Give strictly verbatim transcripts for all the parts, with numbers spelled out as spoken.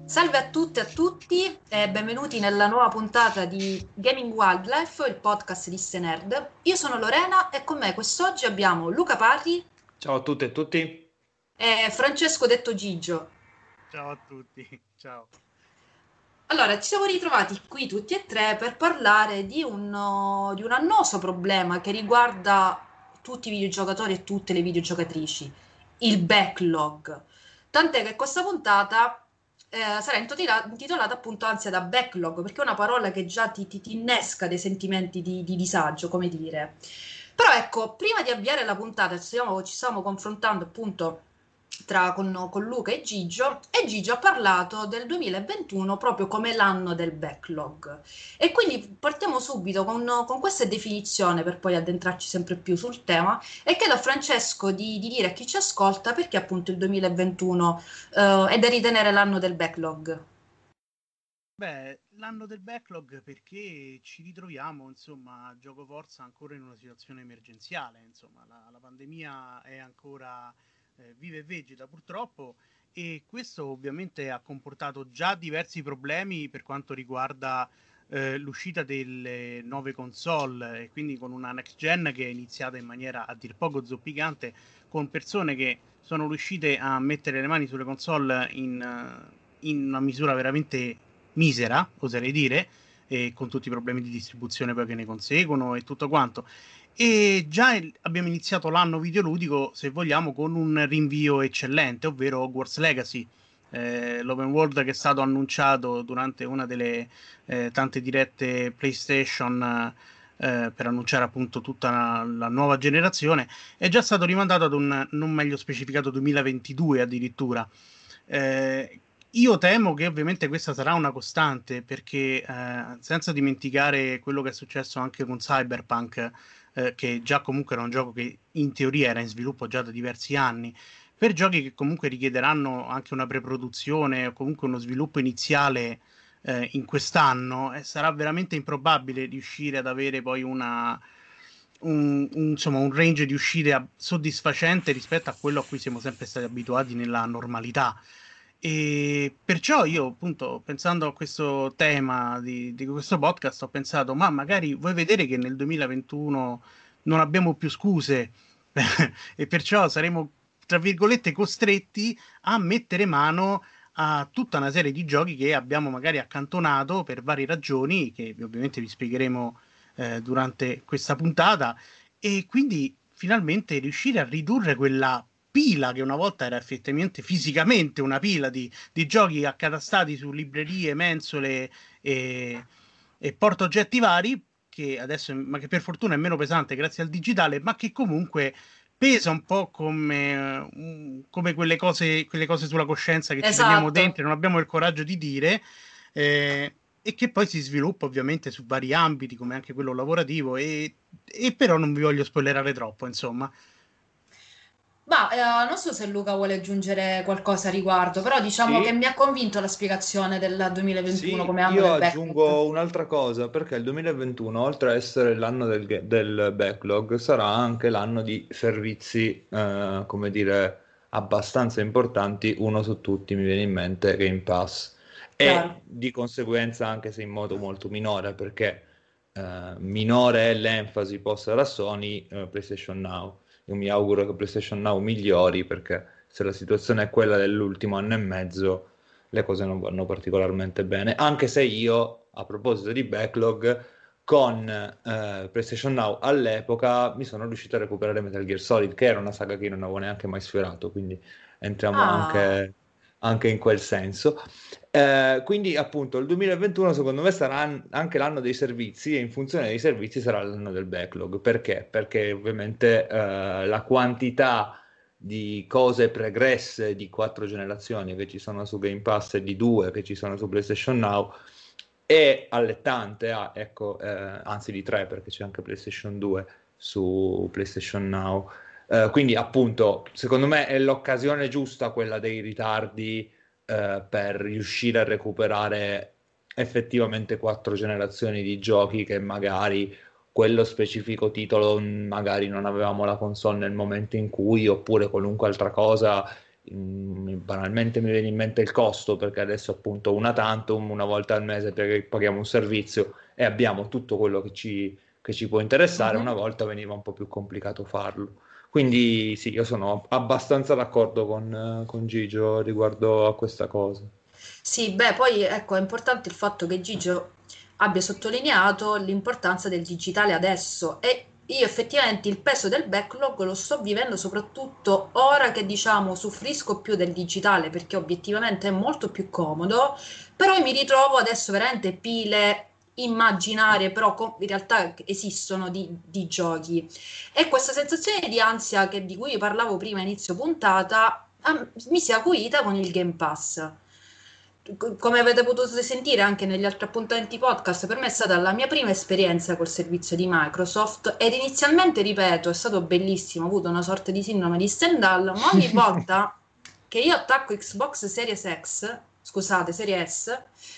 Salve a tutte e a tutti e benvenuti nella nuova puntata di Gaming Wildlife, il podcast di Stenerd. Io sono Lorena e con me quest'oggi abbiamo Luca Parri Ciao a tutte e tutti. e Francesco detto Gigio. Ciao a tutti, ciao. Allora, ci siamo ritrovati qui tutti e tre per parlare di un, di un annoso problema che riguarda tutti i videogiocatori e tutte le videogiocatrici, il backlog. Tant'è che questa puntata eh, sarà intitolata, intitolata appunto ansia da backlog, perché è una parola che già ti, ti- ti innesca dei sentimenti di, di disagio, come dire. Però ecco, prima di avviare la puntata, ci stiamo, ci stiamo confrontando appunto tra, con, con Luca e Gigio, e Gigio ha parlato del duemilaventuno proprio come l'anno del backlog. E quindi partiamo subito con, con questa definizione per poi addentrarci sempre più sul tema e chiedo a Francesco di, di dire a chi ci ascolta perché appunto il duemilaventuno eh, è da ritenere l'anno del backlog. Beh, l'anno del backlog perché ci ritroviamo, insomma, gioco forza ancora in una situazione emergenziale, insomma, la, la pandemia è ancora eh, viva e vegeta purtroppo e questo ovviamente ha comportato già diversi problemi per quanto riguarda eh, l'uscita delle nuove console e quindi con una next gen che è iniziata in maniera a dir poco zoppicante, con persone che sono riuscite a mettere le mani sulle console in, eh, in una misura veramente misera, oserei dire, e con tutti i problemi di distribuzione poi che ne conseguono e tutto quanto. E già il- abbiamo iniziato l'anno videoludico, se vogliamo, con un rinvio eccellente, ovvero Hogwarts Legacy, eh, l'open world che è stato annunciato durante una delle eh, tante dirette PlayStation eh, per annunciare appunto tutta la, la nuova generazione, è già stato rimandato ad un non meglio specificato duemilaventidue addirittura. Eh, io temo che ovviamente questa sarà una costante perché eh, senza dimenticare quello che è successo anche con Cyberpunk, eh, che già comunque era un gioco che in teoria era in sviluppo già da diversi anni, per giochi che comunque richiederanno anche una preproduzione o comunque uno sviluppo iniziale eh, in quest'anno, eh, sarà veramente improbabile riuscire ad avere poi una, un, un- insomma, un range di uscite a- soddisfacente rispetto a quello a cui siamo sempre stati abituati nella normalità. E perciò io, appunto, pensando a questo tema di, di questo podcast, ho pensato, ma magari vuoi vedere che nel duemilaventuno non abbiamo più scuse e perciò saremo, tra virgolette, costretti a mettere mano a tutta una serie di giochi che abbiamo magari accantonato per varie ragioni, che ovviamente vi spiegheremo eh, durante questa puntata, e quindi finalmente riuscire a ridurre quella pila che una volta era effettivamente fisicamente una pila di, di giochi accatastati su librerie, mensole e, e portaoggetti vari, che adesso, ma che per fortuna è meno pesante grazie al digitale, ma che comunque pesa un po' come, eh, come quelle cose, quelle cose sulla coscienza che ci teniamo Esatto. dentro e non abbiamo il coraggio di dire, eh, e che poi si sviluppa ovviamente su vari ambiti, come anche quello lavorativo, e, e però non vi voglio spoilerare troppo, insomma. Ma eh, non so se Luca vuole aggiungere qualcosa a riguardo, però diciamo che Sì, mi ha convinto la spiegazione del duemilaventuno sì, come anno io del backlog. aggiungo un'altra cosa, perché il duemilaventuno, oltre a essere l'anno del, ga- del backlog, sarà anche l'anno di servizi, eh, come dire, abbastanza importanti. Uno su tutti mi viene in mente Game Pass. Chiaro. E di conseguenza, anche se in modo molto minore, perché eh, minore è l'enfasi posta da Sony, eh, PlayStation Now. Io mi auguro che PlayStation Now migliori, perché se la situazione è quella dell'ultimo anno e mezzo le cose non vanno particolarmente bene, anche se io, a proposito di backlog, con eh, PlayStation Now all'epoca mi sono riuscito a recuperare Metal Gear Solid, che era una saga che io non avevo neanche mai sfiorato, quindi entriamo Ah, anche, anche in quel senso. Eh, quindi appunto il duemilaventuno secondo me sarà an- anche l'anno dei servizi e in funzione dei servizi sarà l'anno del backlog. Perché? Perché ovviamente eh, la quantità di cose pregresse di quattro generazioni che ci sono su Game Pass e di due che ci sono su PlayStation Now è allettante, ah, ecco, eh, anzi di tre perché c'è anche PlayStation due su PlayStation Now. Eh, quindi appunto, secondo me è l'occasione giusta quella dei ritardi eh, per riuscire a recuperare effettivamente quattro generazioni di giochi che magari quello specifico titolo magari non avevamo la console nel momento in cui, oppure qualunque altra cosa in, banalmente mi viene in mente il costo, perché adesso appunto una tantum, una volta al mese perché paghiamo un servizio e abbiamo tutto quello che ci, che ci può interessare, Mhm. una volta veniva un po' più complicato farlo. Quindi sì, io sono abbastanza d'accordo con, con Gigio riguardo a questa cosa. Sì, beh, poi ecco, è importante il fatto che Gigio abbia sottolineato l'importanza del digitale adesso e io effettivamente il peso del backlog lo sto vivendo soprattutto ora che diciamo soffrisco più del digitale perché obiettivamente è molto più comodo, però io mi ritrovo adesso veramente pile immaginarie, però co- in realtà esistono di, di giochi e questa sensazione di ansia che- di cui io parlavo prima a inizio puntata ah, mi si è acuita con il Game Pass. Come avete potuto sentire anche negli altri appuntamenti podcast, per me è stata la mia prima esperienza col servizio di Microsoft ed inizialmente, ripeto, è stato bellissimo, ho avuto una sorta di sindrome di Stendhal, ma ogni volta che io attacco Xbox Series X, scusate, Series S,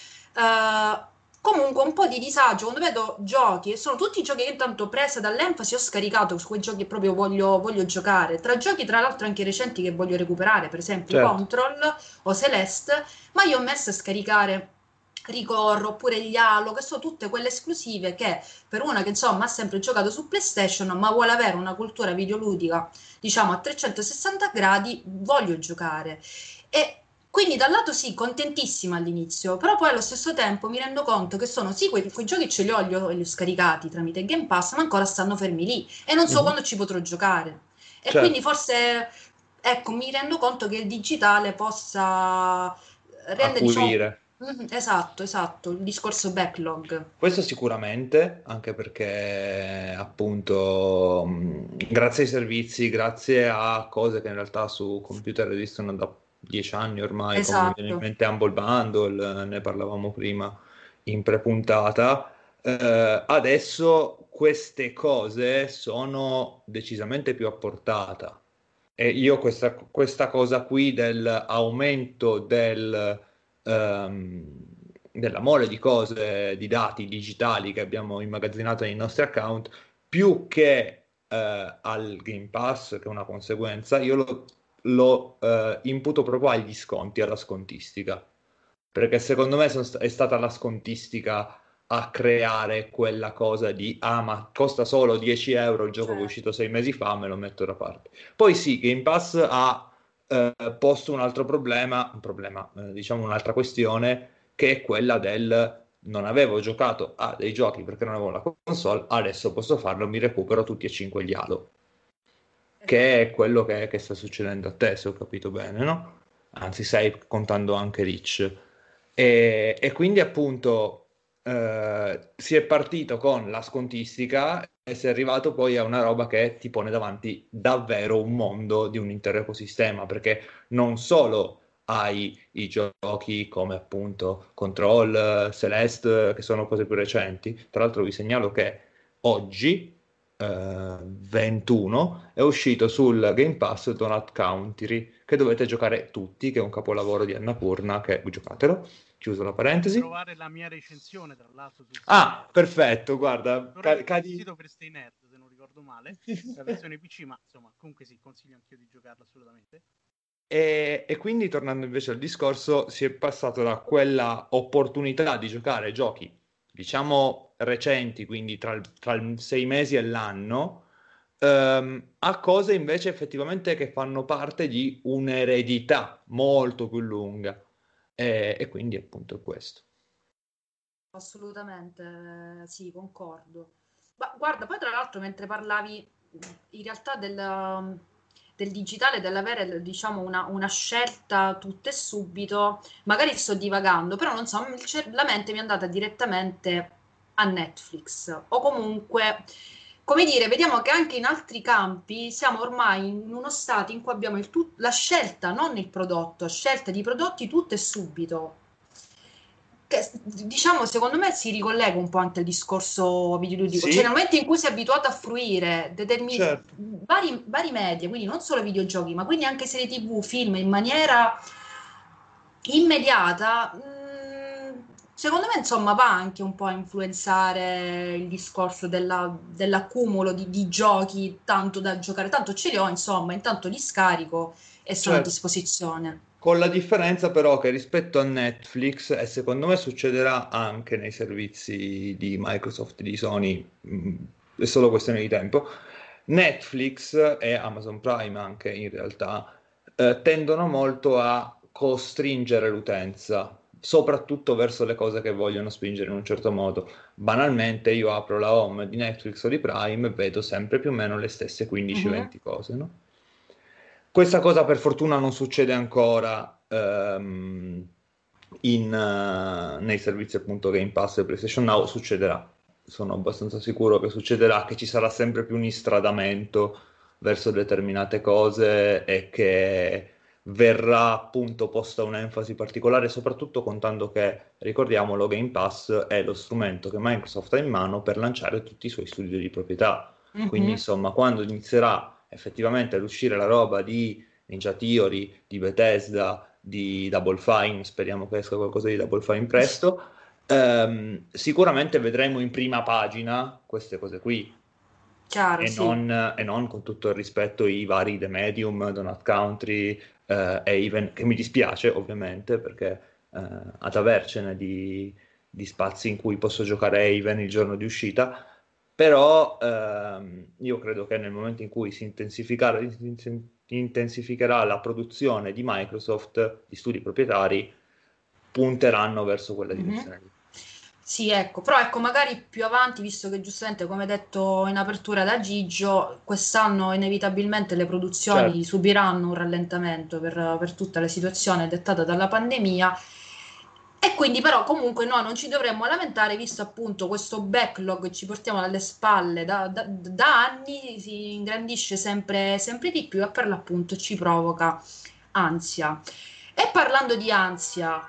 eh, comunque un po' di disagio quando vedo giochi, e sono tutti giochi che intanto presa dall'enfasi ho scaricato su quei giochi che proprio voglio, voglio giocare, tra giochi tra l'altro anche recenti che voglio recuperare, per esempio Certo. Control o Celeste, ma io ho messo a scaricare Ricorro oppure gli Halo, che sono tutte quelle esclusive che per una che insomma ha sempre giocato su PlayStation ma vuole avere una cultura videoludica diciamo a trecentosessanta gradi, voglio giocare. E quindi da un lato sì, contentissima all'inizio, però poi allo stesso tempo mi rendo conto che sono sì, quei, quei giochi ce li ho, li ho, li ho scaricati tramite Game Pass, ma ancora stanno fermi lì e non so Mhm. quando ci potrò giocare. E quindi Certo, forse, ecco, mi rendo conto che il digitale possa rendere, diciamo, acuire. mhm, esatto, esatto, il discorso backlog. Questo sicuramente, anche perché appunto mh, grazie ai servizi, grazie a cose che in realtà su computer esistono da dieci anni ormai, come mi viene in Esatto. mente Humble Bundle, ne parlavamo prima in prepuntata, eh, adesso queste cose sono decisamente più a portata. E io questa, questa cosa qui dell'aumento del ehm, della mole di cose, di dati digitali che abbiamo immagazzinato nei nostri account, più che eh, al Game Pass, che è una conseguenza, io lo, lo, eh, imputo proprio agli sconti, alla scontistica. Perché secondo me sono sta- è stata la scontistica a creare quella cosa di ah, ma costa solo dieci euro il gioco che è uscito Certo. sei mesi fa, me lo metto da parte. Poi sì, Game Pass ha eh, posto un altro problema, un problema, eh, diciamo un'altra questione, che è quella del non avevo giocato a dei giochi perché non avevo la console, adesso posso farlo, mi recupero tutti e cinque gli Halo, che è quello che, che sta succedendo a te, se ho capito bene, no? Anzi, stai contando anche Rich. E, e quindi appunto eh, si è partito con la scontistica e si è arrivato poi a una roba che ti pone davanti davvero un mondo di un intero ecosistema, perché non solo hai i giochi come appunto Control, eh, Celeste, che sono cose più recenti. Tra l'altro vi segnalo che oggi, eh, ventuno, è uscito sul Game Pass Donut Country, che dovete giocare tutti, che è un capolavoro di Annapurna, che giocatelo, chiuso la Potete parentesi. trovare la mia recensione, tra l'altro, sul sito Ah, per, perfetto, guarda, ca- correggimi, sul cadi... sito per Stay Nerd, se non ricordo male, la versione P C, ma insomma, comunque sì, consiglio anch'io di giocarla assolutamente. E, e quindi tornando invece al discorso, si è passato da quella opportunità di giocare giochi, diciamo, recenti, quindi tra il, tra il sei mesi e l'anno, ehm, a cose invece effettivamente che fanno parte di un'eredità molto più lunga. E, e quindi appunto è questo. Assolutamente, sì, concordo. Ma guarda, poi tra l'altro mentre parlavi in realtà del, del digitale, dell'avere diciamo una, una scelta tutto e subito, magari sto divagando, però non so, il cer- la mente mi è andata direttamente a Netflix o comunque, come dire, vediamo che anche in altri campi siamo ormai in uno stato in cui abbiamo il tut- la scelta, non il prodotto, scelta di prodotti tutto e subito che, diciamo, secondo me si ricollega un po' anche al discorso videoludico, cioè nel Sì, momento in cui sei abituato a fruire determin- certo. vari, vari media, quindi non solo videogiochi, ma quindi anche serie T V, film in maniera immediata, mh, secondo me, insomma, va anche un po' a influenzare il discorso della- dell'accumulo di, di giochi tanto da giocare, tanto ce li ho, insomma, intanto li scarico e sono a Certo. disposizione. Con la differenza però che rispetto a Netflix, e secondo me succederà anche nei servizi di Microsoft, di Sony, mh, è solo questione di tempo, Netflix e Amazon Prime anche in realtà eh, tendono molto a costringere l'utenza, soprattutto verso le cose che vogliono spingere in un certo modo. Banalmente io apro la home di Netflix o di Prime e vedo sempre più o meno le stesse Mhm. quindici venti cose, no? Questa cosa per fortuna non succede ancora ehm, in, eh, nei servizi appunto Game Pass e PlayStation Now, succederà. Sono abbastanza sicuro che succederà, che ci sarà sempre più un istradamento verso determinate cose e che verrà appunto posta un'enfasi particolare, soprattutto contando che, ricordiamolo, Game Pass è lo strumento che Microsoft ha in mano per lanciare tutti i suoi studi di proprietà. Quindi, Mhm. insomma, quando inizierà effettivamente ad uscire la roba di Ninja Theory, di Bethesda, di Double Fine, speriamo che esca qualcosa di Double Fine presto, ehm, sicuramente vedremo in prima pagina queste cose qui. Chiaro, E sì. non, e non con tutto il rispetto i vari The Medium, Donut Country, eh, Haven, che mi dispiace ovviamente perché eh, ad avercene di, di spazi in cui posso giocare Haven il giorno di uscita, però ehm, io credo che nel momento in cui si intensificherà, intensificherà la produzione di Microsoft, di studi proprietari, punteranno verso quella Mhm. direzione lì. Sì, ecco, però ecco, magari più avanti, visto che giustamente, come detto in apertura da Gigio, quest'anno inevitabilmente le produzioni Certo, subiranno un rallentamento per, per tutta la situazione dettata dalla pandemia e quindi però comunque noi non ci dovremmo lamentare, visto appunto questo backlog che ci portiamo alle spalle da, da- da anni, si ingrandisce sempre, sempre di più e per l'appunto ci provoca ansia. E parlando di ansia,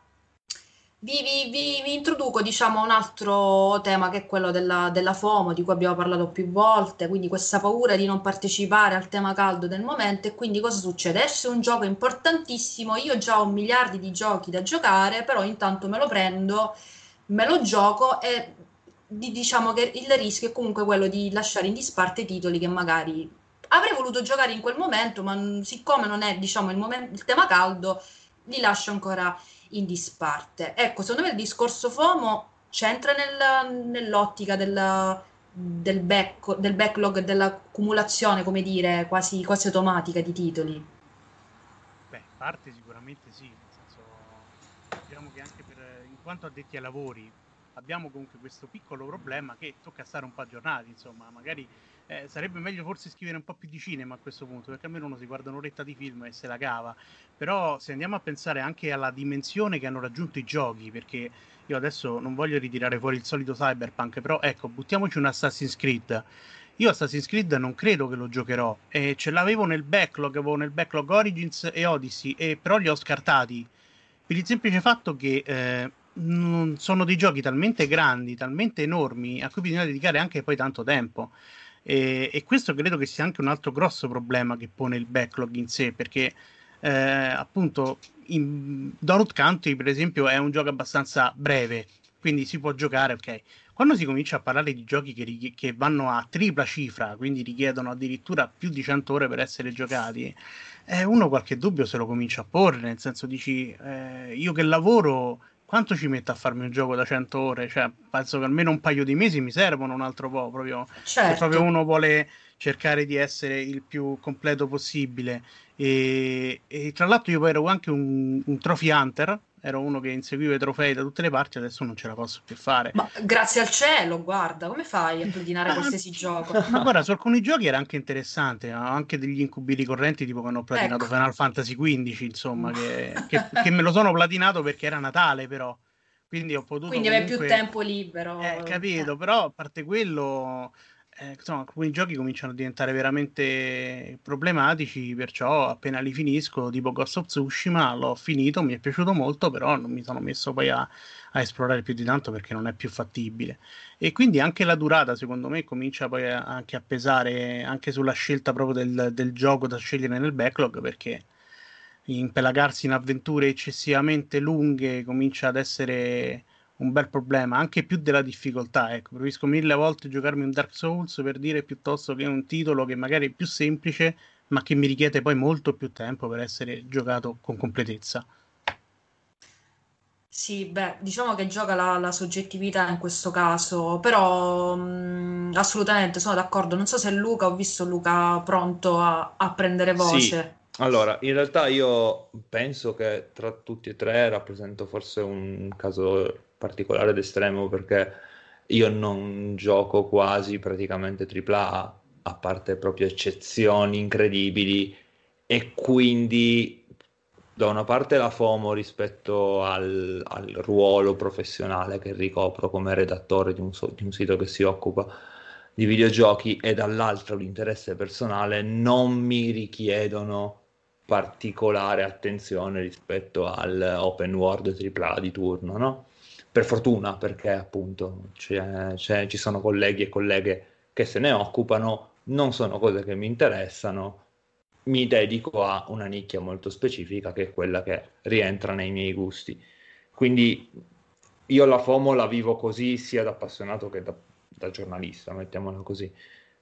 vi, vi- vi- vi introduco, diciamo, un altro tema che è quello della, della FOMO, di cui abbiamo parlato più volte, quindi questa paura di non partecipare al tema caldo del momento. E quindi cosa succede? Esce un gioco importantissimo, io già ho miliardi di giochi da giocare, però intanto me lo prendo, me lo gioco e di- diciamo che il rischio è comunque quello di lasciare in disparte titoli che magari avrei voluto giocare in quel momento, ma mm, siccome non è, diciamo, il, momen- il tema caldo, li lascio ancora in disparte. Ecco, secondo me il discorso FOMO c'entra nel- nell'ottica del, del, back- del backlog e dell'accumulazione, come dire, quasi, quasi automatica di titoli. Beh, in parte sicuramente sì, nel senso, diciamo che anche per, in quanto addetti ai lavori, abbiamo comunque questo piccolo problema che tocca stare un po' aggiornati, insomma, magari eh, sarebbe meglio forse scrivere un po' più di cinema a questo punto, perché almeno uno si guarda un'oretta di film e se la cava, però se andiamo a pensare anche alla dimensione che hanno raggiunto i giochi, perché io adesso non voglio ritirare fuori il solito Cyberpunk, però ecco, buttiamoci un Assassin's Creed. Io Assassin's Creed non credo che lo giocherò, e ce l'avevo nel backlog, avevo nel backlog Origins e Odyssey, e però li ho scartati per il semplice fatto che eh, non sono dei giochi talmente grandi, talmente enormi, a cui bisogna dedicare anche poi tanto tempo. E, e questo credo che sia anche un altro grosso problema che pone il backlog in sé, perché eh, appunto in Donut Country, per esempio, è un gioco abbastanza breve, quindi si può giocare, ok. Quando si comincia a parlare di giochi che, righi- che vanno a tripla cifra, quindi richiedono addirittura più di cento ore per essere giocati, eh, uno qualche dubbio se lo comincia a porre, nel senso dici, eh, io che lavoro, quanto ci metto a farmi un gioco da cento ore? Cioè, penso che almeno un paio di mesi mi servono un altro po', proprio, se proprio Certo. uno vuole cercare di essere il più completo possibile. E, e tra l'altro io poi ero anche un, un trophy hunter, ero uno che inseguiva i trofei da tutte le parti, adesso non ce la posso più fare. Ma grazie al cielo, guarda, come fai a platinare Ma, qualsiasi gioco? ma guarda, su alcuni giochi era anche interessante, ha anche degli incubi ricorrenti, tipo che hanno platinato Ecco. Final Fantasy quindici, insomma, Uff. che, che- che me lo sono platinato perché era Natale, però. Quindi ho potuto Quindi avevi più comunque... tempo Eh, libero. Eh. capito, però a parte quello, eh, insomma, alcuni giochi cominciano a diventare veramente problematici, perciò appena li finisco, tipo Ghost of Tsushima, l'ho finito, mi è piaciuto molto, però non mi sono messo poi a, a esplorare più di tanto perché non è più fattibile. E quindi anche la durata, secondo me, comincia poi a- anche a pesare anche sulla scelta proprio del, del gioco da scegliere nel backlog, perché impelagarsi in avventure eccessivamente lunghe comincia ad essere un bel problema, anche più della difficoltà, ecco, preferisco mille volte giocarmi un Dark Souls per dire piuttosto che un titolo che magari è più semplice, ma che mi richiede poi molto più tempo per essere giocato con completezza. Sì, beh, diciamo che gioca la, la soggettività in questo caso, però mh, assolutamente sono d'accordo. Non so se Luca, ho visto Luca pronto a, a prendere Sì, voce. allora, in realtà io penso che tra tutti e tre rappresento forse un caso particolare ed estremo perché io non gioco quasi praticamente tripla A, a parte proprio eccezioni incredibili, e quindi da una parte la FOMO rispetto al, al ruolo professionale che ricopro come redattore di un, so- di un sito che si occupa di videogiochi, e dall'altro l'interesse personale non mi richiedono particolare attenzione rispetto al open world tripla A di turno, no? Per fortuna, perché appunto c'è- c'è- ci sono colleghi e colleghe che se ne occupano, non sono cose che mi interessano, mi dedico a una nicchia molto specifica che è quella che rientra nei miei gusti. Quindi io la FOMO la vivo così sia da appassionato che da, da giornalista, mettiamola così.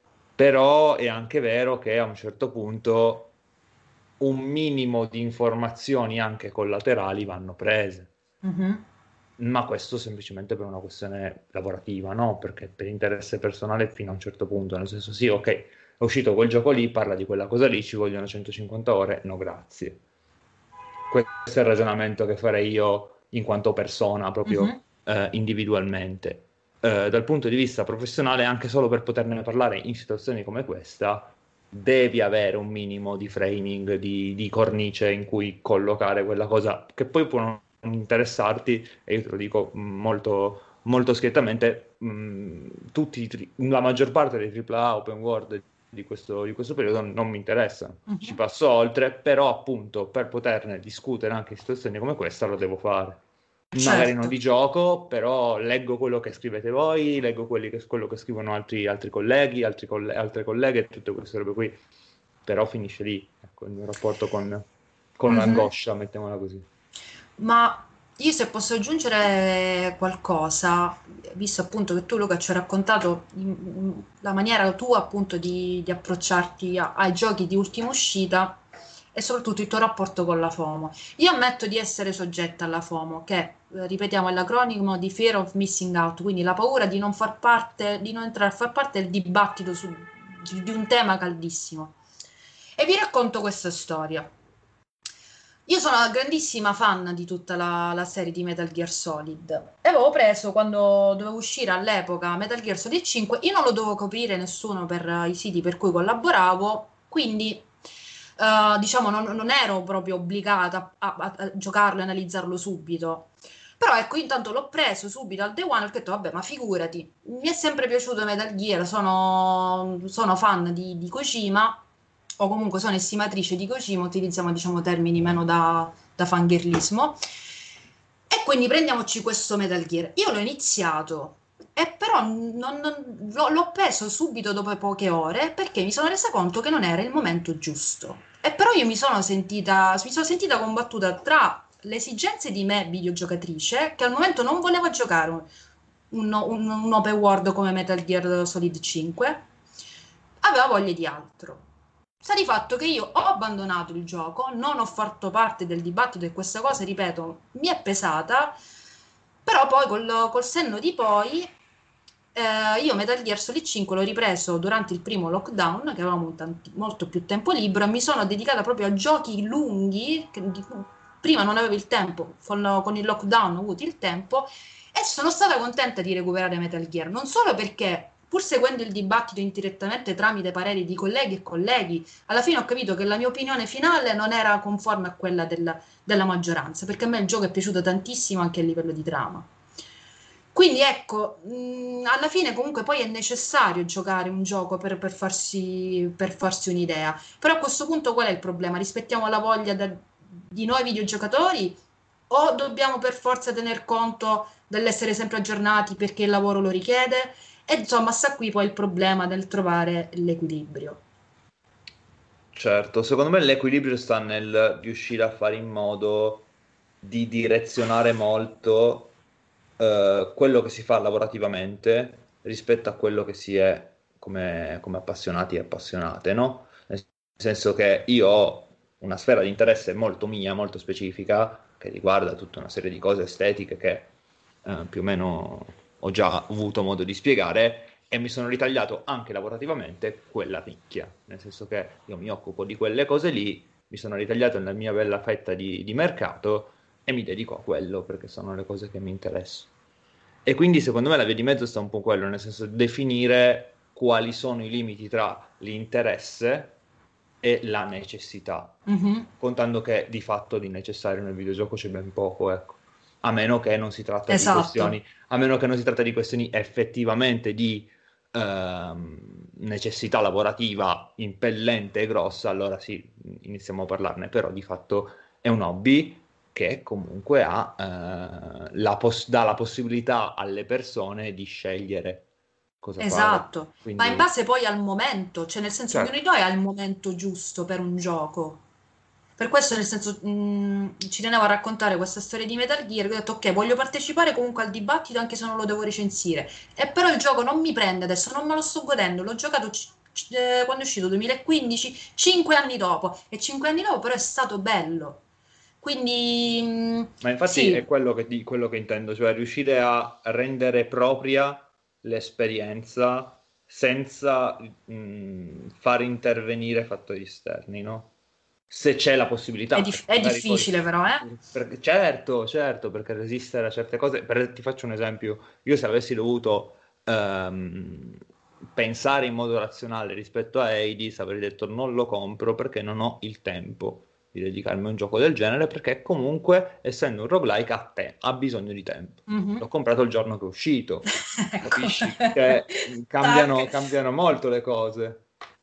Però è anche vero che a un certo punto un minimo di informazioni anche collaterali vanno prese, Mhm. ma questo semplicemente per una questione lavorativa, no? Perché per interesse personale fino a un certo punto, nel senso sì, ok, è uscito quel gioco lì, parla di quella cosa lì, ci vogliono centocinquanta ore, no grazie. Questo è il ragionamento che farei io in quanto persona, proprio Mhm. eh, individualmente. Eh, dal punto di vista professionale, anche solo per poterne parlare in situazioni come questa, devi avere un minimo di framing, di, di cornice in cui collocare quella cosa che poi può non interessarti, e io te lo dico molto, molto schiettamente, mh, tutti, i tri- la maggior parte dei tripla A open world di questo, di questo periodo non mi interessano. Ci Mhm. passo oltre, però appunto per poterne discutere anche in situazioni come questa lo devo fare. Magari non Certo. di gioco, però leggo quello che scrivete voi, leggo quelli che- quello che scrivono altri, altri colleghi, altri coll- altre colleghe, tutte queste robe qui. Però finisce lì, ecco, il mio rapporto con, con Mhm. l'angoscia, mettiamola così. Ma io se posso aggiungere qualcosa, visto appunto che tu Luca ci hai raccontato mm, la maniera tua appunto di, di approcciarti a- ai giochi di ultima uscita e soprattutto il tuo rapporto con la FOMO. Io ammetto di essere soggetta alla FOMO, che eh, ripetiamo è l'acronimo di Fear of Missing Out, quindi la paura di non far parte, di non entrare a far parte del dibattito su, di, di un tema caldissimo. E vi racconto questa storia. Io sono una grandissima fan di tutta la, la serie di Metal Gear Solid e avevo preso quando doveva uscire all'epoca Metal Gear Solid cinque, io non lo dovevo coprire nessuno per eh, i siti per cui collaboravo, quindi eh, diciamo non, non ero proprio obbligata a, a- a giocarlo e analizzarlo subito. Però ecco, intanto l'ho preso subito al day one e ho detto, vabbè, ma figurati, mi è sempre piaciuto Metal Gear, sono, sono fan di, di Kojima, o comunque sono estimatrice di Kojima, utilizziamo diciamo termini meno da, da fangirlismo. E quindi prendiamoci questo Metal Gear. Io l'ho iniziato, e però non- non- l'ho, l'ho preso subito dopo poche ore perché mi sono resa conto che non era il momento giusto. E però io mi sono sentita, mi sono sentita combattuta tra le esigenze di me, videogiocatrice, che al momento non volevo giocare un, un, un- un open world come Metal Gear Solid cinque, aveva voglia di altro. Sta di fatto che io ho abbandonato il gioco, non ho fatto parte del dibattito e questa cosa, ripeto, mi è pesata, però poi col, col senno di poi eh, io Metal Gear Solid cinque l'ho ripreso durante il primo lockdown, che avevamo tanti- molto più tempo libero, e mi sono dedicata proprio a giochi lunghi, che di cui prima non avevo il tempo, con, con il lockdown ho avuto il tempo, e sono stata contenta di recuperare Metal Gear, non solo perché, pur seguendo il dibattito indirettamente tramite pareri di colleghi e colleghi, alla fine ho capito che la mia opinione finale non era conforme a quella della, della maggioranza, perché a me il gioco è piaciuto tantissimo anche a livello di trama. Quindi ecco, mh, alla fine comunque poi è necessario giocare un gioco per, per farsi, per farsi un'idea. Però a questo punto qual è il problema? Rispettiamo la voglia da- di noi videogiocatori o dobbiamo per forza tener conto dell'essere sempre aggiornati perché il lavoro lo richiede? E insomma, sta qui poi il problema del trovare l'equilibrio. Certo, secondo me l'equilibrio sta nel riuscire a fare in modo di direzionare molto eh, quello che si fa lavorativamente rispetto a quello che si è come, come appassionati e appassionate, no? Nel senso che io ho una sfera di interesse molto mia, molto specifica, che riguarda tutta una serie di cose estetiche che eh, più o meno ho già avuto modo di spiegare, e mi sono ritagliato anche lavorativamente quella nicchia, nel senso che io mi occupo di quelle cose lì, mi sono ritagliato nella mia bella fetta di, di mercato e mi dedico a quello perché sono le cose che mi interessano. E quindi secondo me la via di mezzo sta un po' quello, nel senso definire quali sono i limiti tra l'interesse e la necessità, Mhm. contando che di fatto di necessario nel videogioco c'è ben poco, ecco. A meno che non si tratta di Esatto, questioni, a meno che non si tratta di questioni effettivamente di ehm, necessità lavorativa impellente e grossa, allora sì, iniziamo a parlarne, però di fatto è un hobby che comunque ha, eh, la poss- dà la possibilità alle persone di scegliere cosa fare. esatto. Ma in Quindi, base poi al momento, cioè nel senso ognuno di certo, noi ha il momento giusto per un gioco. Per questo, nel senso, mh, ci tenevo a raccontare questa storia di Metal Gear, che ho detto, ok, voglio partecipare comunque al dibattito anche se non lo devo recensire. E però il gioco non mi prende adesso, non me lo sto godendo, l'ho giocato c- c- eh, quando è uscito, duemilaquindici, cinque anni dopo. E cinque anni dopo però è stato bello. Quindi, mh, ma infatti è sì, quello che, di- quello che intendo, cioè riuscire a rendere propria l'esperienza senza mh, far intervenire fattori esterni, no? Se c'è la è, possibilità, dif- perché è magari poi... difficile però, eh? perché- certo, certo, perché resistere a certe cose... per- ti faccio un esempio. Io se avessi dovuto ehm, pensare in modo razionale rispetto a Hades, avrei detto non lo compro perché non ho il tempo di dedicarmi a un gioco del genere, perché comunque, essendo un roguelike, a te ha bisogno di tempo. Mhm. L'ho comprato il giorno che è uscito, Ecco. capisci? Che cambiano, Tac. cambiano molto le cose.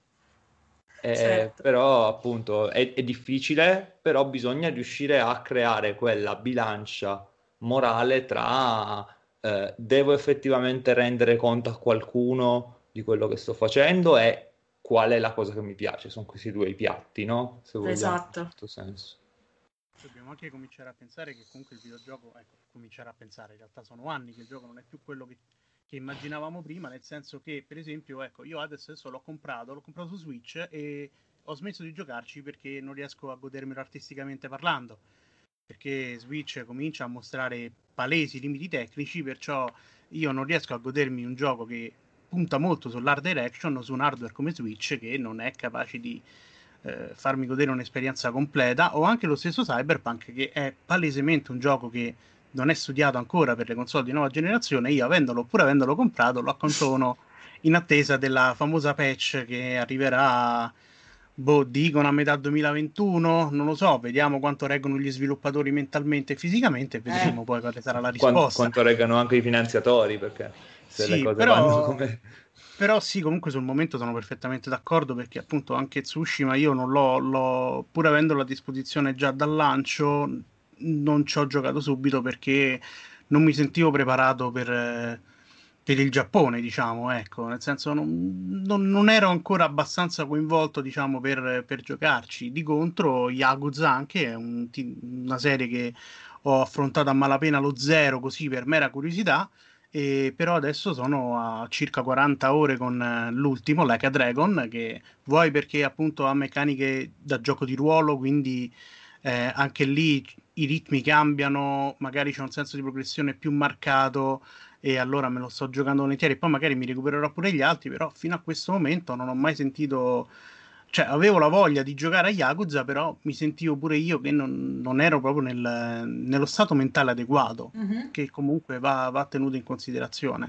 Eh, Certo. però appunto è, è difficile, però bisogna riuscire a creare quella bilancia morale tra eh, devo effettivamente rendere conto a qualcuno di quello che sto facendo e qual è la cosa che mi piace. Sono questi due i piatti, no? Se vogliamo, in un Esatto. certo senso. Dobbiamo anche cominciare a pensare che comunque il videogioco, ecco, cominciare a pensare, in realtà sono anni che il gioco non è più quello che, che immaginavamo prima, nel senso che, per esempio, ecco, io adesso, adesso l'ho comprato, l'ho comprato su Switch e ho smesso di giocarci perché non riesco a godermelo artisticamente parlando, perché Switch comincia a mostrare palesi limiti tecnici, perciò io non riesco a godermi un gioco che punta molto sull'art direction su un hardware come Switch che non è capace di eh, farmi godere un'esperienza completa, o anche lo stesso Cyberpunk che è palesemente un gioco che non è studiato ancora per le console di nuova generazione. Io avendolo, pur avendolo comprato, lo accantono in attesa della famosa patch che arriverà, boh, dicono a metà duemilaventuno, non lo so, vediamo quanto reggono gli sviluppatori mentalmente e fisicamente e Eh, vedremo poi quale sarà la Quan- risposta. quanto reggano anche i finanziatori, perché se le Sì, cose vanno però, come... però sì, comunque sul momento sono perfettamente d'accordo perché appunto anche Tsushima io non l'ho, l'ho- pur avendolo a disposizione già dal lancio, non ci ho giocato subito perché non mi sentivo preparato per, eh, per il Giappone, diciamo, ecco, nel senso non, non- non ero ancora abbastanza coinvolto, diciamo, per, per giocarci. Di contro, Yakuza anche è un ti- una serie che ho affrontato a malapena lo zero, così per mera curiosità e però adesso sono a circa quaranta ore con eh, l'ultimo, Like a Dragon, che vuoi perché appunto ha meccaniche da gioco di ruolo, quindi eh, anche lì i ritmi cambiano, magari c'è un senso di progressione più marcato e allora me lo sto giocando volentieri, poi magari mi recupererò pure gli altri, però fino a questo momento non ho mai sentito, cioè avevo la voglia di giocare a Yakuza, però mi sentivo pure io che non, non ero proprio nel- nello stato mentale adeguato mhm. che comunque va, va tenuto in considerazione.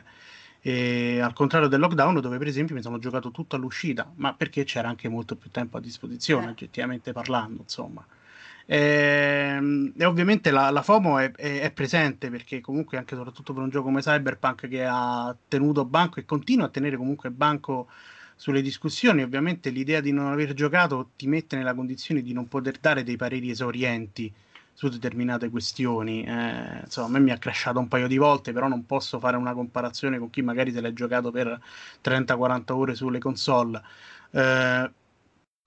E al contrario del lockdown, dove per esempio mi sono giocato tutto all'uscita, ma perché c'era anche molto più tempo a disposizione, Eh, oggettivamente parlando, insomma. Ehm, E, ovviamente la, la FOMO è, è- è presente perché comunque anche soprattutto per un gioco come Cyberpunk che ha tenuto banco e continua a tenere comunque banco sulle discussioni, ovviamente l'idea di non aver giocato ti mette nella condizione di non poter dare dei pareri esaurienti su determinate questioni. Eh, insomma, a me mi ha crashato un paio di volte, però non posso fare una comparazione con chi magari se l'è giocato per trenta quaranta ore sulle console. Eh,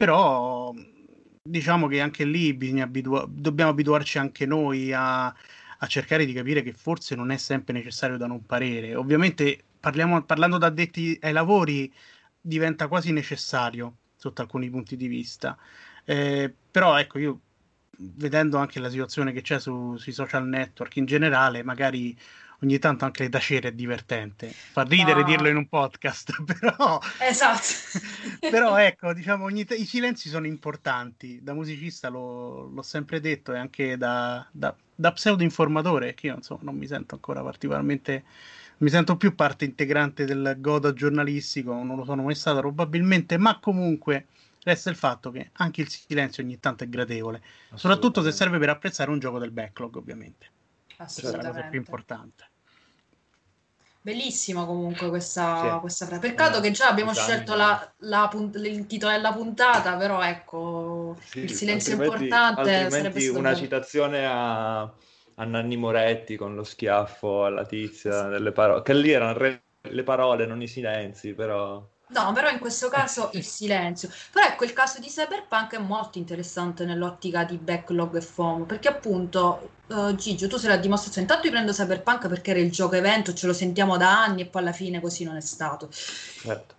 Però diciamo che anche lì bisogna abitua- dobbiamo abituarci anche noi a, a cercare di capire che forse non è sempre necessario dare un parere. Ovviamente parliamo, parlando da addetti ai lavori diventa quasi necessario sotto alcuni punti di vista. Eh, però ecco, io vedendo anche la situazione che c'è su- sui social network in generale, magari ogni tanto anche le tacere è divertente. Fa ridere dirlo in Ma un podcast, però, esatto. però ecco, diciamo, ogni t- i silenzi sono importanti. Da musicista lo- l'ho sempre detto e anche da, da, da pseudo-informatore, che io insomma, non mi sento ancora particolarmente, mi sento più parte integrante del godo giornalistico, non lo sono mai stato probabilmente, ma comunque resta il fatto che anche il silenzio ogni tanto è gradevole, soprattutto se Assolutamente. serve per apprezzare un gioco del backlog, ovviamente. Questa è la cosa più Assolutamente. importante. Bellissima comunque Sì, questa, questa frase. Peccato una che già abbiamo scelto disamina. la, la punt- il titolo della puntata, però ecco, il Sì, silenzio altrimenti, importante sarebbe altrimenti stato una bello. citazione a, a Nanni Moretti con lo schiaffo alla tizia delle parole, che lì erano re- le parole, non i silenzi, però... No, però in questo caso il silenzio. Però ecco, il caso di Cyberpunk è molto interessante nell'ottica di backlog e FOMO, perché appunto, eh, Gigio, tu sei la dimostrazione. Intanto io prendo Cyberpunk perché era il gioco evento, ce lo sentiamo da anni e poi alla fine così non è stato. Certo.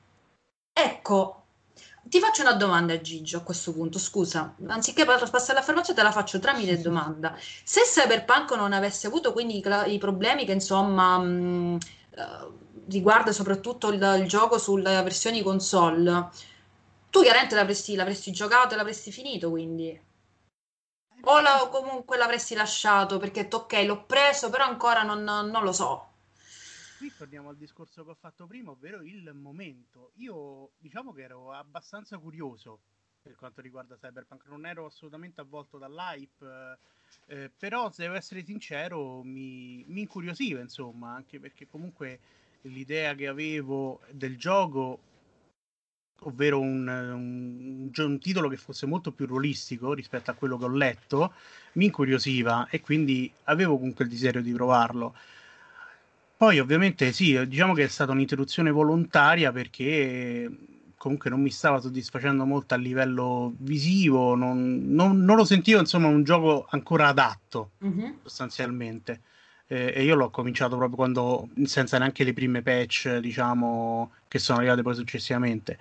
Ecco, ti faccio una domanda, Gigio, a questo punto. Scusa, anziché pa- passare l'affermazione, te la faccio tramite domanda. Se Cyberpunk non avesse avuto quindi i, cla- i problemi che insomma mh, eh, riguarda soprattutto il, il gioco sulle versioni console, tu chiaramente l'avresti, l'avresti giocato e l'avresti finito, quindi. Eh, O qui la- comunque l'avresti lasciato perché hai detto, ok, l'ho preso, però ancora non, non lo so. Qui torniamo al discorso che ho fatto prima, ovvero il momento. Io diciamo che ero abbastanza curioso per quanto riguarda Cyberpunk, non ero assolutamente avvolto dall'hype, eh, eh, però se devo essere sincero mi, mi incuriosiva, insomma, anche perché comunque l'idea che avevo del gioco, ovvero un, un, un titolo che fosse molto più ruolistico rispetto a quello che ho letto, mi incuriosiva e quindi avevo comunque il desiderio di provarlo. Poi ovviamente sì, diciamo che è stata un'interruzione volontaria perché comunque non mi stava soddisfacendo molto a livello visivo, non, non- non lo sentivo insomma un gioco ancora adatto Mhm. sostanzialmente. Eh, e io l'ho cominciato proprio quando, senza neanche le prime patch, diciamo, che sono arrivate poi successivamente.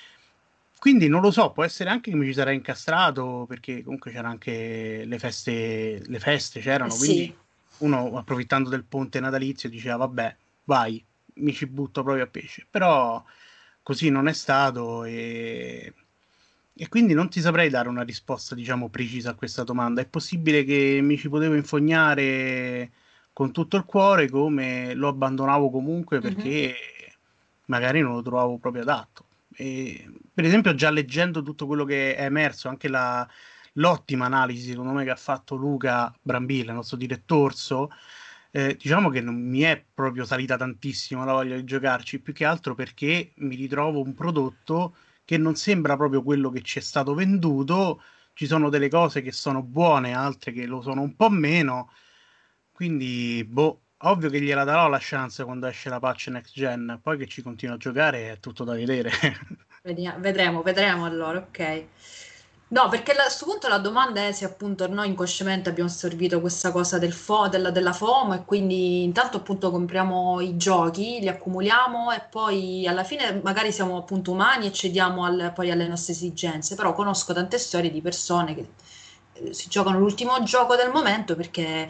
Quindi non lo so, può essere anche che mi ci sarei incastrato perché comunque c'erano anche le feste, le feste Eh c'erano, quindi sì. uno approfittando del ponte natalizio diceva vabbè, vai, mi ci butto proprio a pesce. Però così non è stato e, e quindi non ti saprei dare una risposta, diciamo, precisa a questa domanda. È possibile che mi ci potevo infognare con tutto il cuore, come lo abbandonavo comunque Mhm. perché magari non lo trovavo proprio adatto. E, per esempio, già leggendo tutto quello che è emerso, anche la, l'ottima analisi, secondo me, che ha fatto Luca Brambilla, il nostro direttorso, eh, diciamo che non mi è proprio salita tantissimo la voglia di giocarci, più che altro perché mi ritrovo un prodotto che non sembra proprio quello che ci è stato venduto. Ci sono delle cose che sono buone, altre che lo sono un po' meno. Quindi, boh, ovvio che gliela darò la chance quando esce la patch next gen. Poi che ci continua a giocare è tutto da vedere. Vediamo- vedremo, vedremo allora, ok. No, perché la- a questo punto la domanda è se appunto noi inconsciamente abbiamo assorbito questa cosa del fo- della, della FOMO e quindi intanto appunto compriamo i giochi, li accumuliamo e poi alla fine magari siamo appunto umani e cediamo al- poi alle nostre esigenze, però conosco tante storie di persone che eh, si giocano l'ultimo gioco del momento perché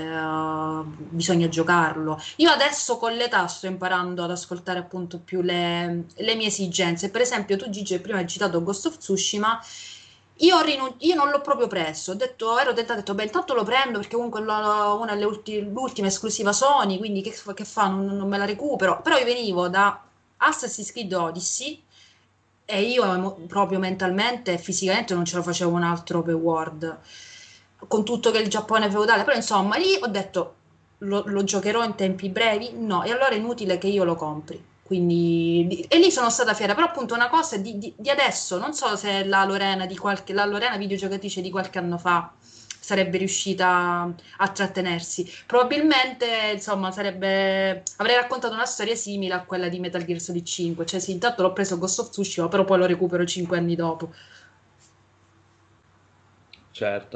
eh, bisogna giocarlo. Io adesso con l'età sto imparando ad ascoltare appunto più le, le mie esigenze. Per esempio, tu Gigi prima hai citato Ghost of Tsushima. Io, ho rinun- io non l'ho proprio preso, ho detto, ero tentata, ho detto, beh, intanto lo prendo perché comunque è la- una delle ulti- l'ultima esclusiva Sony, quindi che, fa- che fa? Non, non me la recupero. Però io venivo da Assassin's Creed Odyssey e io emo- proprio mentalmente e fisicamente non ce lo facevo un altro open world, con tutto che il Giappone è feudale, però insomma lì ho detto lo, lo giocherò in tempi brevi? No, e allora è inutile che io lo compri. Quindi, e lì sono stata fiera, però appunto una cosa di, di- di adesso, non so se la Lorena di qualche, la Lorena videogiocatrice di qualche anno fa sarebbe riuscita a trattenersi. Probabilmente, insomma, sarebbe, avrei raccontato una storia simile a quella di Metal Gear Solid cinque, cioè sì, intanto l'ho preso Ghost of Tsushima, però poi lo recupero cinque anni dopo. Certo.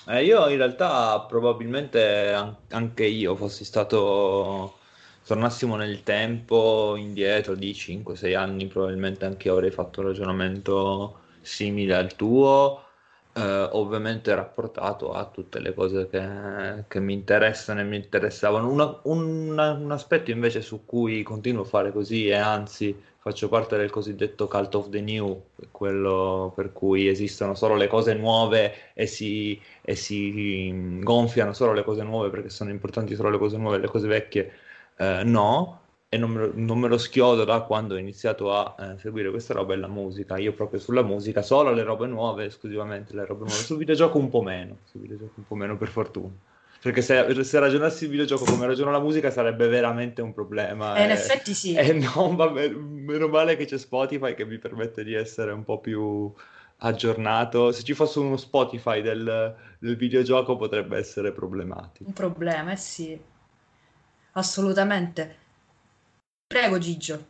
Eh, io in realtà probabilmente an- anche io fossi stato, tornassimo nel tempo indietro di cinque sei anni, probabilmente anche io avrei fatto un ragionamento simile al tuo, eh, ovviamente rapportato a tutte le cose che, che mi interessano e mi interessavano. Una- un, un aspetto invece su cui continuo a fare così e anzi faccio parte del cosiddetto cult of the new, quello per cui esistono solo le cose nuove e si e si mm, gonfiano solo le cose nuove perché sono importanti solo le cose nuove, le cose vecchie eh, no, e non me, lo, non me lo schiodo da quando ho iniziato a eh, seguire questa roba e la musica. Io proprio sulla musica, solo le robe nuove, esclusivamente le robe nuove. Sul videogioco un po' meno, sul videogioco un po' meno per fortuna. Perché se, se ragionassi il videogioco come ragiona la musica sarebbe veramente un problema Eh, in e, effetti sì, e non va bene, meno male che c'è Spotify che mi permette di essere un po' più aggiornato. Se ci fosse uno Spotify del, del videogioco potrebbe essere problematico. un problema, eh sì, assolutamente. Prego, Gigio.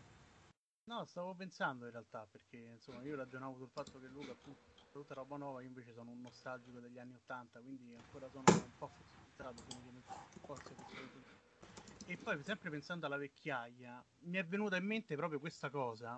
No, stavo pensando in realtà, perché insomma io ragionavo sul fatto che Luca appunto è tutta roba nuova, io invece sono un nostalgico degli anni ottanta, quindi ancora sono un po' fossilizzato, come dicono forse che sono tu. E poi sempre pensando alla vecchiaia, mi è venuta in mente proprio questa cosa,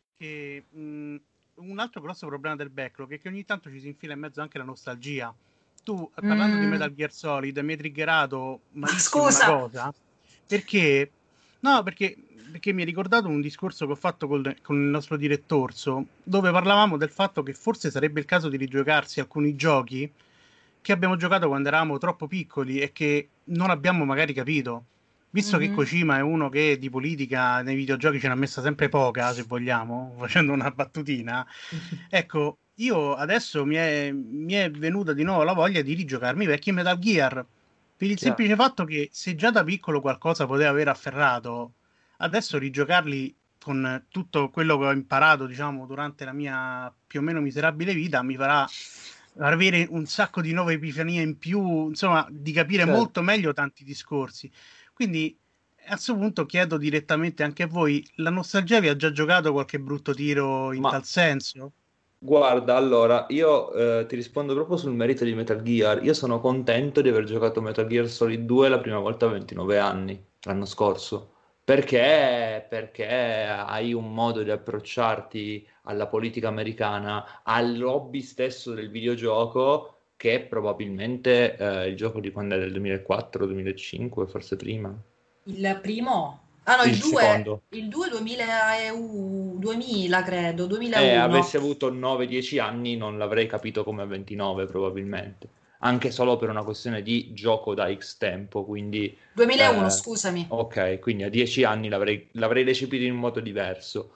che mh, un altro grosso problema del backlog è che ogni tanto ci si infila in mezzo anche la nostalgia. Tu, eh, parlando di Mm, Metal Gear Solid, mi hai triggerato malissimo una scusa. cosa, perché no, perché, perché mi ha ricordato un discorso che ho fatto col- con il nostro direttorso, dove parlavamo del fatto che forse sarebbe il caso di rigiocarsi alcuni giochi che abbiamo giocato quando eravamo troppo piccoli e che non abbiamo magari capito. Visto che Mhm. Kojima è uno che di politica nei videogiochi ce n'ha messa sempre poca, se vogliamo, facendo una battutina, ecco, io adesso mi è, mi è venuta di nuovo la voglia di rigiocarmi i vecchi Metal Gear. Per il Chiaro. semplice fatto che se già da piccolo qualcosa poteva aver afferrato, adesso rigiocarli con tutto quello che ho imparato, diciamo, durante la mia più o meno miserabile vita, mi farà avere un sacco di nuove epifanie in più, insomma, di capire Certo. molto meglio tanti discorsi. Quindi a questo punto chiedo direttamente anche a voi, la nostalgia vi ha già giocato qualche brutto tiro in Ma tal senso? guarda, allora, io eh, ti rispondo proprio sul merito di Metal Gear. Io sono contento di aver giocato Metal Gear Solid due la prima volta a ventinove anni, l'anno scorso. Perché? Perché hai un modo di approcciarti alla politica americana, al lobby stesso del videogioco, che è probabilmente eh, il gioco di quando è del duemilaquattro, duemilacinque, forse prima. Il primo? Ah no, il Il due, secondo. il due duemila, e u- duemila credo, Eh, duemilauno. avessi avuto nove dieci anni non l'avrei capito come a ventinove probabilmente, anche solo per una questione di gioco da X tempo, quindi duemilauno, eh, scusami. ok, quindi a dieci anni l'avrei l'avrei recepito in un modo diverso.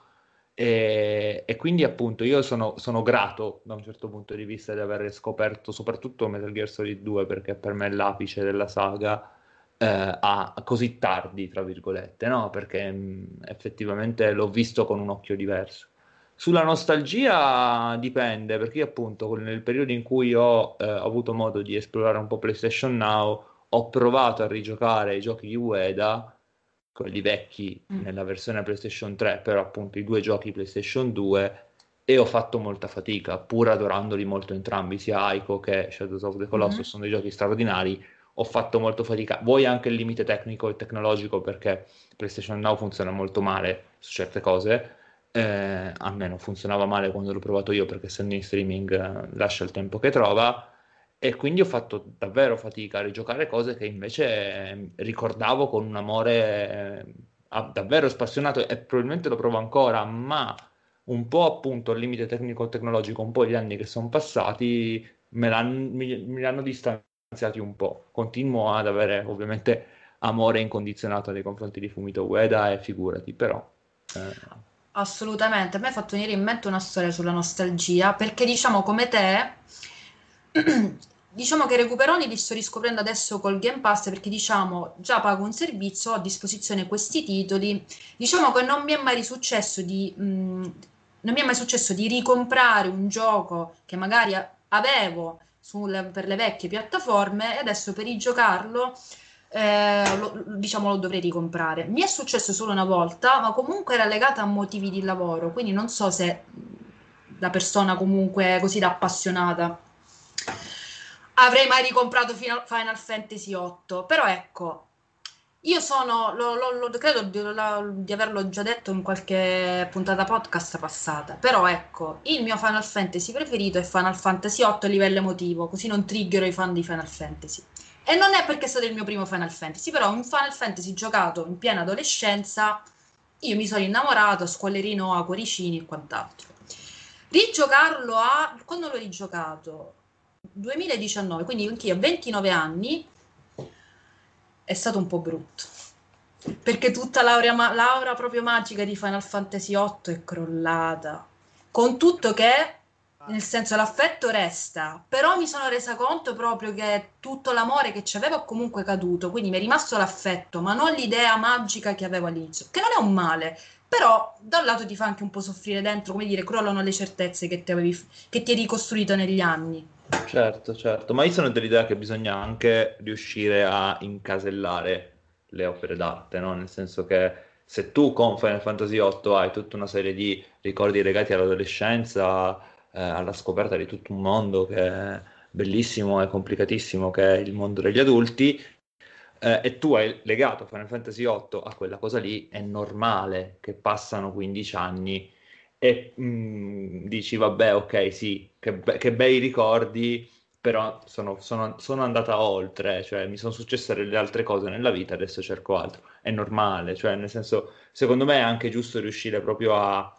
E, e quindi appunto io sono, sono grato da un certo punto di vista di aver scoperto soprattutto Metal Gear Solid due perché per me è l'apice della saga eh, a, a così tardi, tra virgolette, no? Perché mh, effettivamente l'ho visto con un occhio diverso. Sulla nostalgia dipende, perché io appunto con- nel periodo in cui ho eh, avuto modo di esplorare un po' PlayStation Now, ho provato a rigiocare i giochi di Ueda, quelli vecchi Mm. nella versione PlayStation tre, però appunto i due giochi PlayStation due, e ho fatto molta fatica, pur adorandoli molto entrambi, sia Ico che Shadows of the Colossus, Mhm. sono dei giochi straordinari, ho fatto molto fatica. Vuoi anche il limite tecnico e tecnologico, perché PlayStation Now funziona molto male su certe cose, eh, almeno funzionava male quando l'ho provato io perché essendo in streaming eh, lascia il tempo che trova e quindi ho fatto davvero fatica a rigiocare cose che invece eh, ricordavo con un amore eh, ah, davvero spassionato e probabilmente lo provo ancora, ma un po' appunto al limite tecnico-tecnologico, un po' gli anni che sono passati me l'han- mi, mi hanno distanziati un po'. Continuo ad avere ovviamente amore incondizionato nei confronti di Fumito Ueda e figurati, però... eh, Assolutamente, a me ha fatto venire in mente una storia sulla nostalgia, perché diciamo come te, diciamo che i recuperoni li sto riscoprendo adesso col Game Pass perché diciamo già pago un servizio, ho a disposizione questi titoli, diciamo che non mi è mai successo di, mh, non mi è mai successo di ricomprare un gioco che magari a- avevo sul- per le vecchie piattaforme e adesso per rigiocarlo eh, lo, diciamo lo dovrei ricomprare. Mi è successo solo una volta, ma comunque era legata a motivi di lavoro, quindi non so se la persona comunque così da appassionata avrei mai ricomprato Final, Final Fantasy otto, però ecco, io sono, lo, lo- lo- credo di, lo- di averlo già detto in qualche puntata podcast passata, però ecco, il mio Final Fantasy preferito è Final Fantasy otto a livello emotivo, così non triggero i fan di Final Fantasy. E non è perché è stato il mio primo Final Fantasy, però un Final Fantasy giocato in piena adolescenza, io mi sono innamorato, squallerino a cuoricini e quant'altro. Rigiocarlo a... quando l'ho rigiocato? duemiladiciannove, quindi anch'io a ventinove anni, è stato un po' brutto. Perché tutta l'aura, ma- l'aura proprio magica di Final Fantasy otto è crollata. Con tutto che, nel senso, l'affetto resta, però mi sono resa conto proprio che tutto l'amore che ci avevo è comunque caduto, quindi mi è rimasto l'affetto, ma non l'idea magica che avevo all'inizio, che non è un male, però da un lato ti fa anche un po' soffrire dentro, come dire, crollano le certezze che ti avevi, che ti hai ricostruito negli anni. Certo, certo, ma io sono dell'idea che bisogna anche riuscire a incasellare le opere d'arte, no? Nel senso che se tu con Final Fantasy otto hai tutta una serie di ricordi legati all'adolescenza, eh, alla scoperta di tutto un mondo che è bellissimo e complicatissimo, che è il mondo degli adulti, eh, e tu hai legato Final Fantasy otto a quella cosa lì, è normale che passano quindici anni e mh, dici, vabbè, ok, sì, che, be- che bei ricordi, però sono, sono, sono andata oltre, cioè mi sono successe delle altre cose nella vita, adesso cerco altro. È normale, cioè nel senso, secondo me è anche giusto riuscire proprio a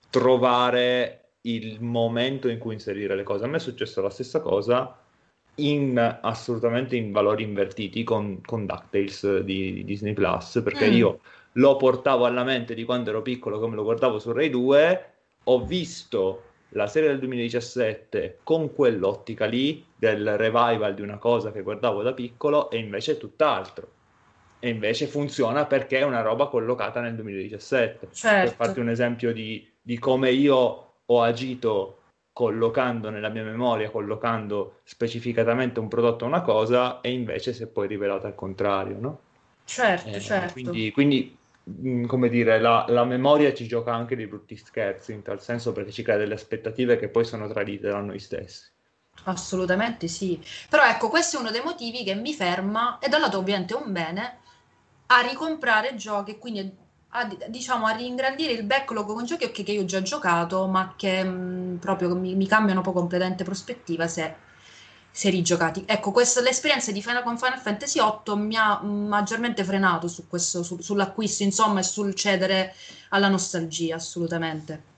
trovare il momento in cui inserire le cose. A me è successo la stessa cosa in, assolutamente in valori invertiti con, con DuckTales di, di Disney Plus, perché Mm. io lo portavo alla mente di quando ero piccolo, come lo guardavo su Rai due, ho visto la serie del duemiladiciassette con quell'ottica lì del revival di una cosa che guardavo da piccolo e invece è tutt'altro. E invece funziona perché è una roba collocata nel duemiladiciassette. Per farti Certo. un esempio di, di come io ho agito collocando nella mia memoria, collocando specificatamente un prodotto a una cosa, e invece si è poi rivelato al contrario, no? Certo, Eh, certo. quindi, quindi, mh, come dire, la, la memoria ci gioca anche dei brutti scherzi, in tal senso perché ci crea delle aspettative che poi sono tradite da noi stessi. Assolutamente sì. Però ecco, questo è uno dei motivi che mi ferma, e dal lato ovviamente è un bene, a ricomprare giochi e quindi a, diciamo, a ringrandire il backlog con giochi ok, che io ho già giocato, ma che mh, proprio mi, mi cambiano poi completamente prospettiva se, se rigiocati. Ecco, questa, l'esperienza di Final, con Final Fantasy otto mi ha mh, maggiormente frenato su questo, su- sull'acquisto, insomma, e sul cedere alla nostalgia, assolutamente.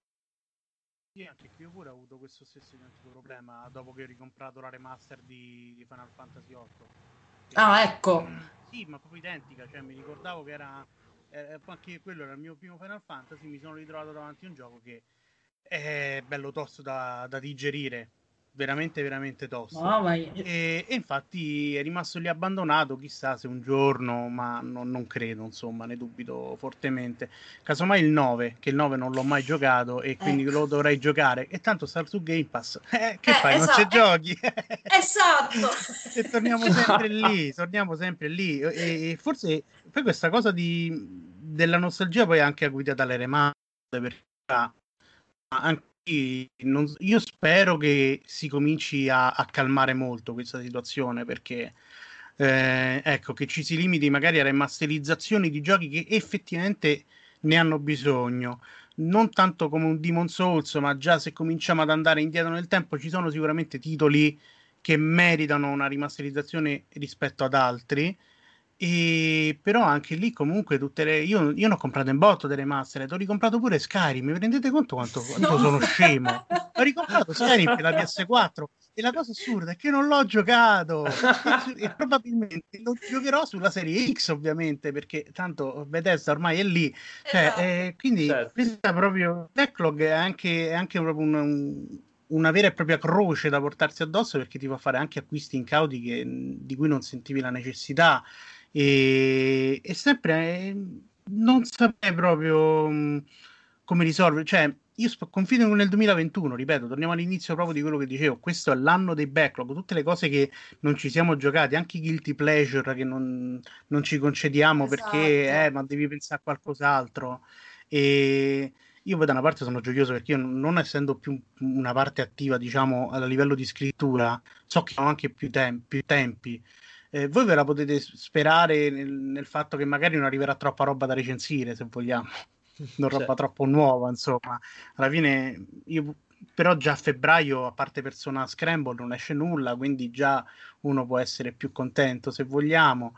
Sì, anche qui io pure ho avuto questo stesso identico problema dopo che ho ricomprato la remaster di, di Final Fantasy otto. Ah, Perché ecco. sì, ma proprio identica, cioè mi ricordavo che era eh, anche quello era il mio primo Final Fantasy, mi sono ritrovato davanti a un gioco che è bello tosto da, da digerire, veramente veramente tosto. Mamma mia. E, e infatti è rimasto lì abbandonato, chissà se un giorno, ma non, non credo, insomma, ne dubito fortemente. Casomai il nove, che il nove non l'ho mai giocato e quindi Ecco. lo dovrei giocare. E tanto sta su Game Pass. Eh, che Eh, fai? Non c'è esatto. giochi? Esatto. E torniamo sempre lì, torniamo sempre lì. E, e forse poi questa cosa di, della nostalgia poi è anche guidata dalle remaste, perché anche non- io spero che si cominci a, a calmare molto questa situazione perché eh, ecco che ci si limiti magari a remasterizzazioni di giochi che effettivamente ne hanno bisogno. Non tanto come un Demon Souls, ma già se cominciamo ad andare indietro nel tempo, ci sono sicuramente titoli che meritano una rimasterizzazione rispetto ad altri. E però anche lì comunque tutte le... io, io ne ho comprato in botto delle master, ho ricomprato pure Skyrim, mi rendete conto quanto, quanto No. sono scemo? Ho ricomprato Skyrim per la P S quattro e la cosa assurda è che non l'ho giocato e, su- e probabilmente lo giocherò sulla serie X ovviamente perché tanto Bethesda ormai è lì, cioè, Esatto. eh, quindi Certo. questa proprio backlog è anche, è anche proprio un- un- una vera e propria croce da portarsi addosso perché ti fa fare anche acquisti incauti che- di cui non sentivi la necessità e, e sempre eh, non saprei proprio mh, come risolvere, cioè io sp- confido nel duemilaventuno, ripeto, torniamo all'inizio proprio di quello che dicevo, questo è l'anno dei backlog, tutte le cose che non ci siamo giocati, anche i guilty pleasure che non, non ci concediamo perché, Esatto. eh, ma devi pensare a qualcos'altro. E, io poi da una parte sono gioioso perché io non non essendo più una parte attiva, diciamo, a livello di scrittura, so che ho anche più, tem- più tempi. Eh, voi ve la potete s- sperare nel, nel fatto che magari non arriverà troppa roba da recensire, se vogliamo, non roba Cioè, troppo nuova, insomma. Alla fine, io però già a febbraio, a parte Persona Scramble, non esce nulla, quindi già uno può essere più contento, se vogliamo.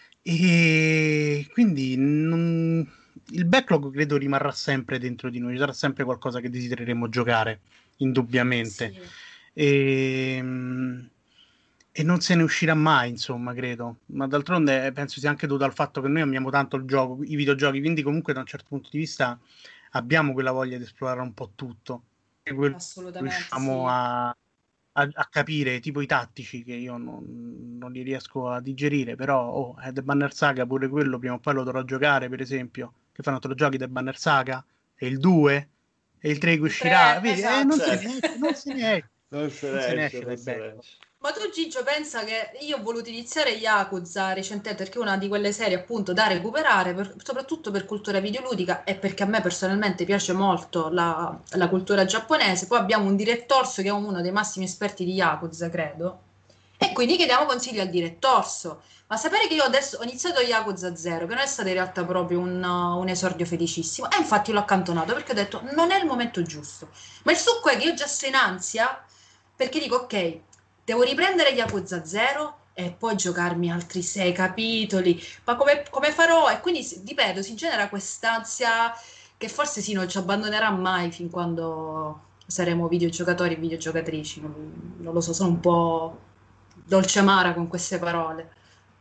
E quindi non- il backlog credo rimarrà sempre dentro di noi, ci sarà sempre qualcosa che desidereremo giocare, indubbiamente. Sì. E, e non se ne uscirà mai, insomma, credo. Ma d'altronde eh, penso sia anche dovuto al fatto che noi amiamo tanto il gioco, i videogiochi, quindi comunque da un certo punto di vista abbiamo quella voglia di esplorare un po' tutto. E quello che Assolutamente riusciamo sì. a, a- a capire, tipo i tattici, che io non, non li riesco a digerire, però oh, eh, The Banner Saga pure quello prima o poi lo dovrò giocare, per esempio. Che fanno te lo giochi The Banner Saga? E il due? E il tre che Il uscirà? tre, Vedi, eh, non esatto. se certo. ne esce, non se ne esce, Non se non se ne ne esce, esce non dai se ne backlog. esce. Ma tu Gigio pensa che io ho voluto iniziare Yakuza recentemente perché è una di quelle serie appunto da recuperare, per- soprattutto per cultura videoludica e perché a me personalmente piace molto la, la cultura giapponese. Poi abbiamo un direttorso che è uno dei massimi esperti di Yakuza, credo. E quindi chiediamo consigli al direttorso. Ma sapere che io adesso ho iniziato Yakuza zero, che non è stato in realtà proprio un, un esordio felicissimo, e infatti l'ho accantonato perché ho detto non è il momento giusto. Ma il succo è che io già sto in ansia perché dico ok, devo riprendere Yakuza zero e poi giocarmi altri sei capitoli, ma come, come farò? E quindi si- ripeto, si genera quest'ansia che forse sì, non ci abbandonerà mai fin quando saremo videogiocatori e videogiocatrici. Non, non lo so, sono un po' dolce amara con queste parole.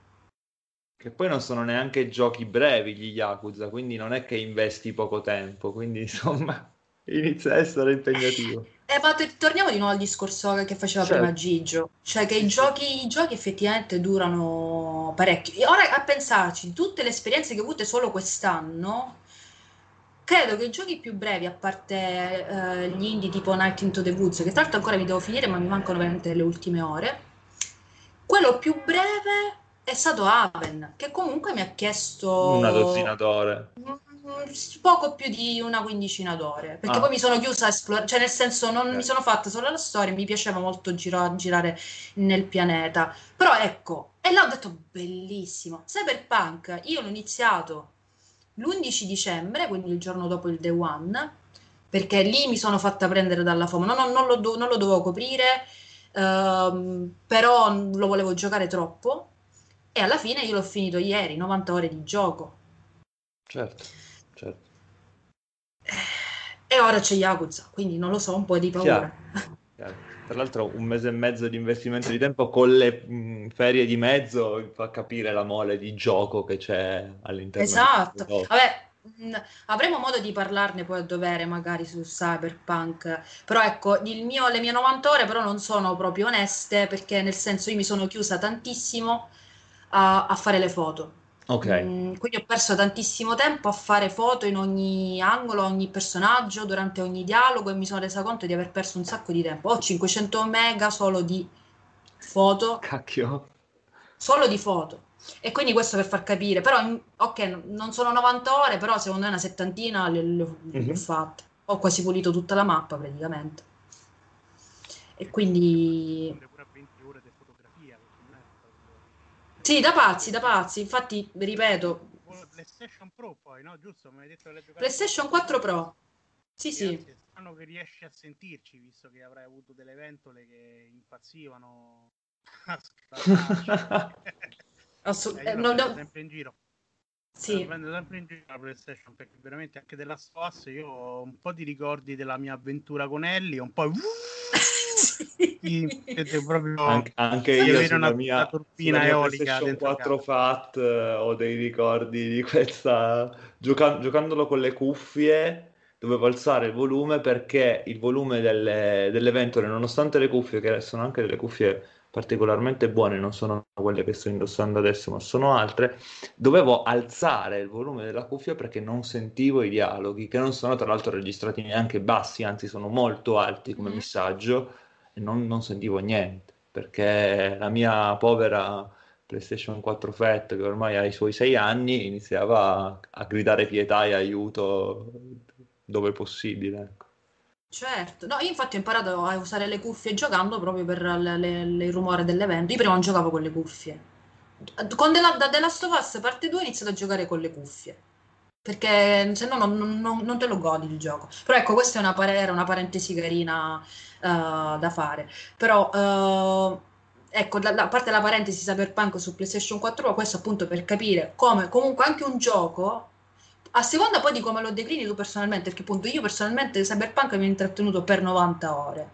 Che poi non sono neanche giochi brevi gli Yakuza, quindi non è che investi poco tempo, quindi insomma inizia a essere impegnativo. Eh, ma te- torniamo di nuovo al discorso che faceva prima Certo, Gigio, cioè che sì, i sì. giochi, i giochi effettivamente durano parecchio. E ora a pensarci, tutte le esperienze che ho avute solo quest'anno, credo che i giochi più brevi, a parte eh, gli indie tipo Night into the Woods, che tra l'altro ancora mi devo finire, ma mi mancano veramente le ultime ore, quello più breve è stato Haven, che comunque mi ha Una dozzina chiesto d'ore. mm, poco più di una quindicina d'ore, perché poi Ah, mi sono chiusa a esplorare, cioè nel senso non mi ok. sono fatta solo la storia, mi piaceva molto giro- girare nel pianeta. Però ecco, e là ho detto bellissimo. Cyberpunk, io l'ho iniziato l'undici dicembre, quindi il giorno dopo il Day One, perché lì mi sono fatta prendere dalla FOMO. Non, non- non lo, do- non lo dovevo coprire, ehm, però lo volevo giocare troppo. E alla fine io l'ho finito ieri, novanta ore di gioco. Certo, certo. E ora c'è Yakuza, quindi non lo so, un po' di paura. Chiaro, chiaro. Tra l'altro un mese e mezzo di investimento di tempo con le mh, ferie di mezzo fa capire la mole di gioco che c'è all'interno di questo Esatto. gioco. Vabbè, mh, avremo modo di parlarne poi a dovere, magari su Cyberpunk. Però ecco, il mio- le mie novanta ore però non sono proprio oneste, perché nel senso io mi sono chiusa tantissimo a, a fare le foto. Ok, Mm, quindi ho perso tantissimo tempo a fare foto in ogni angolo, ogni personaggio, durante ogni dialogo e mi sono resa conto di aver perso un sacco di tempo. Ho cinquecento mega solo di foto, cacchio. solo di foto. E quindi questo per far capire, però in- ok, n- non sono novanta ore, però secondo me una settantina le, le ho le ho Mhm. fatte. Ho quasi pulito tutta la mappa praticamente. E E questo quindi comunque corrisponde pure a venti ore di fotografia, che non è proprio sì, da niente pazzi, per da niente. pazzi. Infatti, Tu ripeto, con la PlayStation Pro poi, no? Giusto? Mi hai detto che l'hai giocato con la PlayStation PlayStation quattro Pro? Pro. Sì, E sì. anzi, è strano che riesci a sentirci, visto che avrai avuto delle ventole che impazzivano a sclatarci. Assolut- Eh, eh, io la no, prendo no, sempre in giro. La sì. prendo sempre in giro la PlayStation perché veramente anche della Us io ho un po' di ricordi della mia avventura con Ellie, un po' Sì. di, vedo proprio Anche, anche di io avere sulla una, una mia, sulla turbina mia eolica PlayStation dentro quattro casa. Fat eh, ho dei ricordi di questa, gioca- giocandolo con le cuffie, dovevo alzare il volume perché il volume delle, delle ventole, nonostante le cuffie, che sono anche delle cuffie particolarmente buone, non sono quelle che sto indossando adesso, ma sono altre, dovevo alzare il volume della cuffia perché non sentivo i dialoghi, che non sono tra l'altro registrati neanche bassi, anzi sono molto alti come Mhm. missaggio e non, non sentivo niente, perché la mia povera PlayStation quattro Fat, che ormai ha i suoi sei anni, iniziava a, a gridare pietà e aiuto dove è possibile, ecco. Certo, no, io infatti ho imparato a usare le cuffie giocando proprio per le- le- le- il rumore dell'evento. Io prima non giocavo con le cuffie. Con The, La- da The Last of Us parte due ho iniziato a giocare con le cuffie. Perché se no non, non- non- non te lo godi il gioco. Però ecco, questa è una, pare- era una parentesi carina eh, da fare. Però, eh, ecco, da- da- a parte la parentesi Cyberpunk su PlayStation quattro, questo appunto per capire come comunque anche un gioco, a seconda poi di come lo declini tu personalmente, perché appunto io personalmente Cyberpunk mi ha intrattenuto per novanta ore.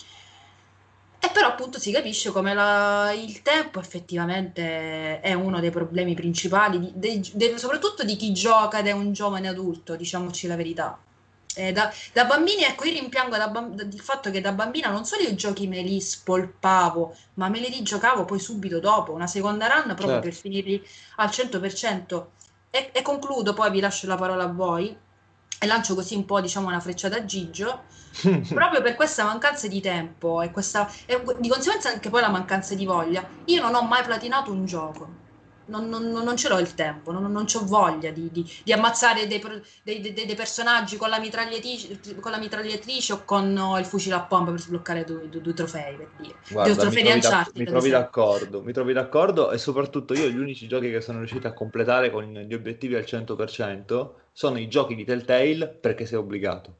E però appunto si capisce come la- il tempo effettivamente è uno dei problemi principali, di- dei- dei- soprattutto di chi gioca ed è un giovane adulto, diciamoci la verità. Eh, da, da bambini, ecco, io rimpiango da bam- da- il fatto che da bambina non solo io giochi me li spolpavo, ma me li rigiocavo poi subito dopo, una seconda run proprio per Certo. finirli al cento per cento. E, e concludo, poi vi lascio la parola a voi e lancio così un po', diciamo, una frecciata a Gigio. Proprio per questa mancanza di tempo e, questa, e di conseguenza anche poi la mancanza di voglia, io non ho mai platinato un gioco. Non, non- non ce l'ho il tempo, non, non c'ho voglia di, di- di ammazzare dei, pro- dei- dei- dei personaggi con la mitragliatrice, con la mitragliatrice o con oh, il fucile a pompa per sbloccare due, due- due trofei, per dire. Due Guarda, mi trofei di trovi, d'ac- mi Uncharted, ad trovi esempio. d'accordo, mi trovi d'accordo e soprattutto io gli unici giochi che sono riuscito a completare con gli obiettivi al cento per cento sono i giochi di Telltale perché sei obbligato.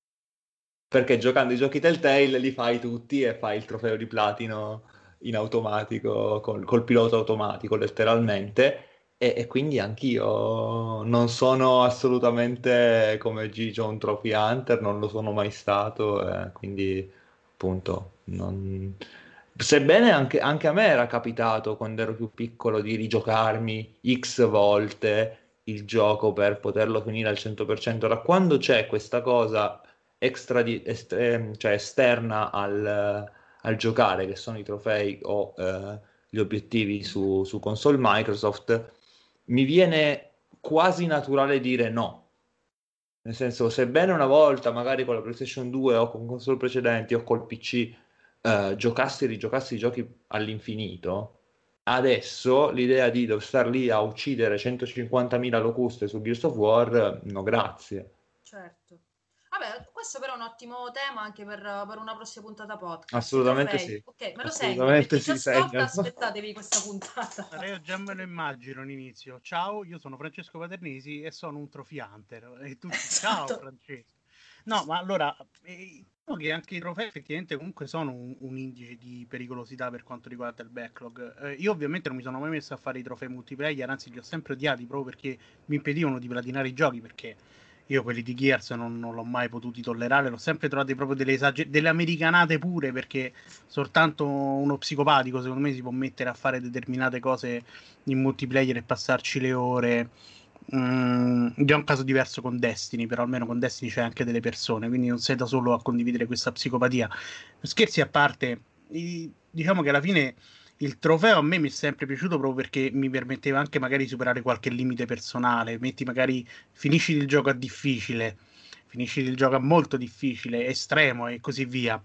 Perché giocando i giochi Telltale li fai tutti e fai il trofeo di platino in automatico, col, col pilota automatico letteralmente, e, e quindi anch'io non sono assolutamente come Gigio un trophy hunter, non lo sono mai stato, eh, quindi appunto non... Sebbene anche, anche a me era capitato quando ero più piccolo di rigiocarmi X volte il gioco per poterlo finire al cento per cento, da quando c'è questa cosa extra di, est- ehm, cioè esterna al, al giocare, che sono i trofei o eh, gli obiettivi su, su console Microsoft, mi viene quasi naturale dire no. Nel senso, sebbene una volta, magari con la PlayStation due o con console precedenti o col P C, eh, giocassi e rigiocassi i giochi all'infinito, adesso l'idea di dover star lì a uccidere centocinquantamila locuste su Gears of War, no grazie. Certo. Vabbè, questo però è un ottimo tema anche per, per una prossima puntata podcast. I Assolutamente trofei. sì, Ok, me lo segno. Per assolutamente chi ci sì, ascolta, segnalo. aspettatevi questa puntata. Allora, io già me lo immagino all'inizio. Ciao, io sono Francesco Paternesi e sono un trophy hunter. E tutti, ciao Esatto. Francesco. No, ma allora, eh, diciamo che anche i trofei effettivamente comunque sono un, un indice di pericolosità per quanto riguarda il backlog. Eh, io ovviamente non mi sono mai messo a fare i trofei multiplayer, anzi li ho sempre odiati proprio perché mi impedivano di platinare i giochi, perché io quelli di Gears non, non l'ho mai potuti tollerare, l'ho sempre trovati proprio delle, esager- delle americanate pure, perché soltanto uno psicopatico secondo me si può mettere a fare determinate cose in multiplayer e passarci le ore. Mm, è un caso diverso con Destiny, però almeno con Destiny c'è anche delle persone, quindi non sei da solo a condividere questa psicopatia. Scherzi a parte, i- diciamo che alla fine il trofeo a me mi è sempre piaciuto proprio perché mi permetteva anche magari di superare qualche limite personale. Metti magari finisci il gioco a difficile, finisci il gioco a molto difficile, estremo e così via.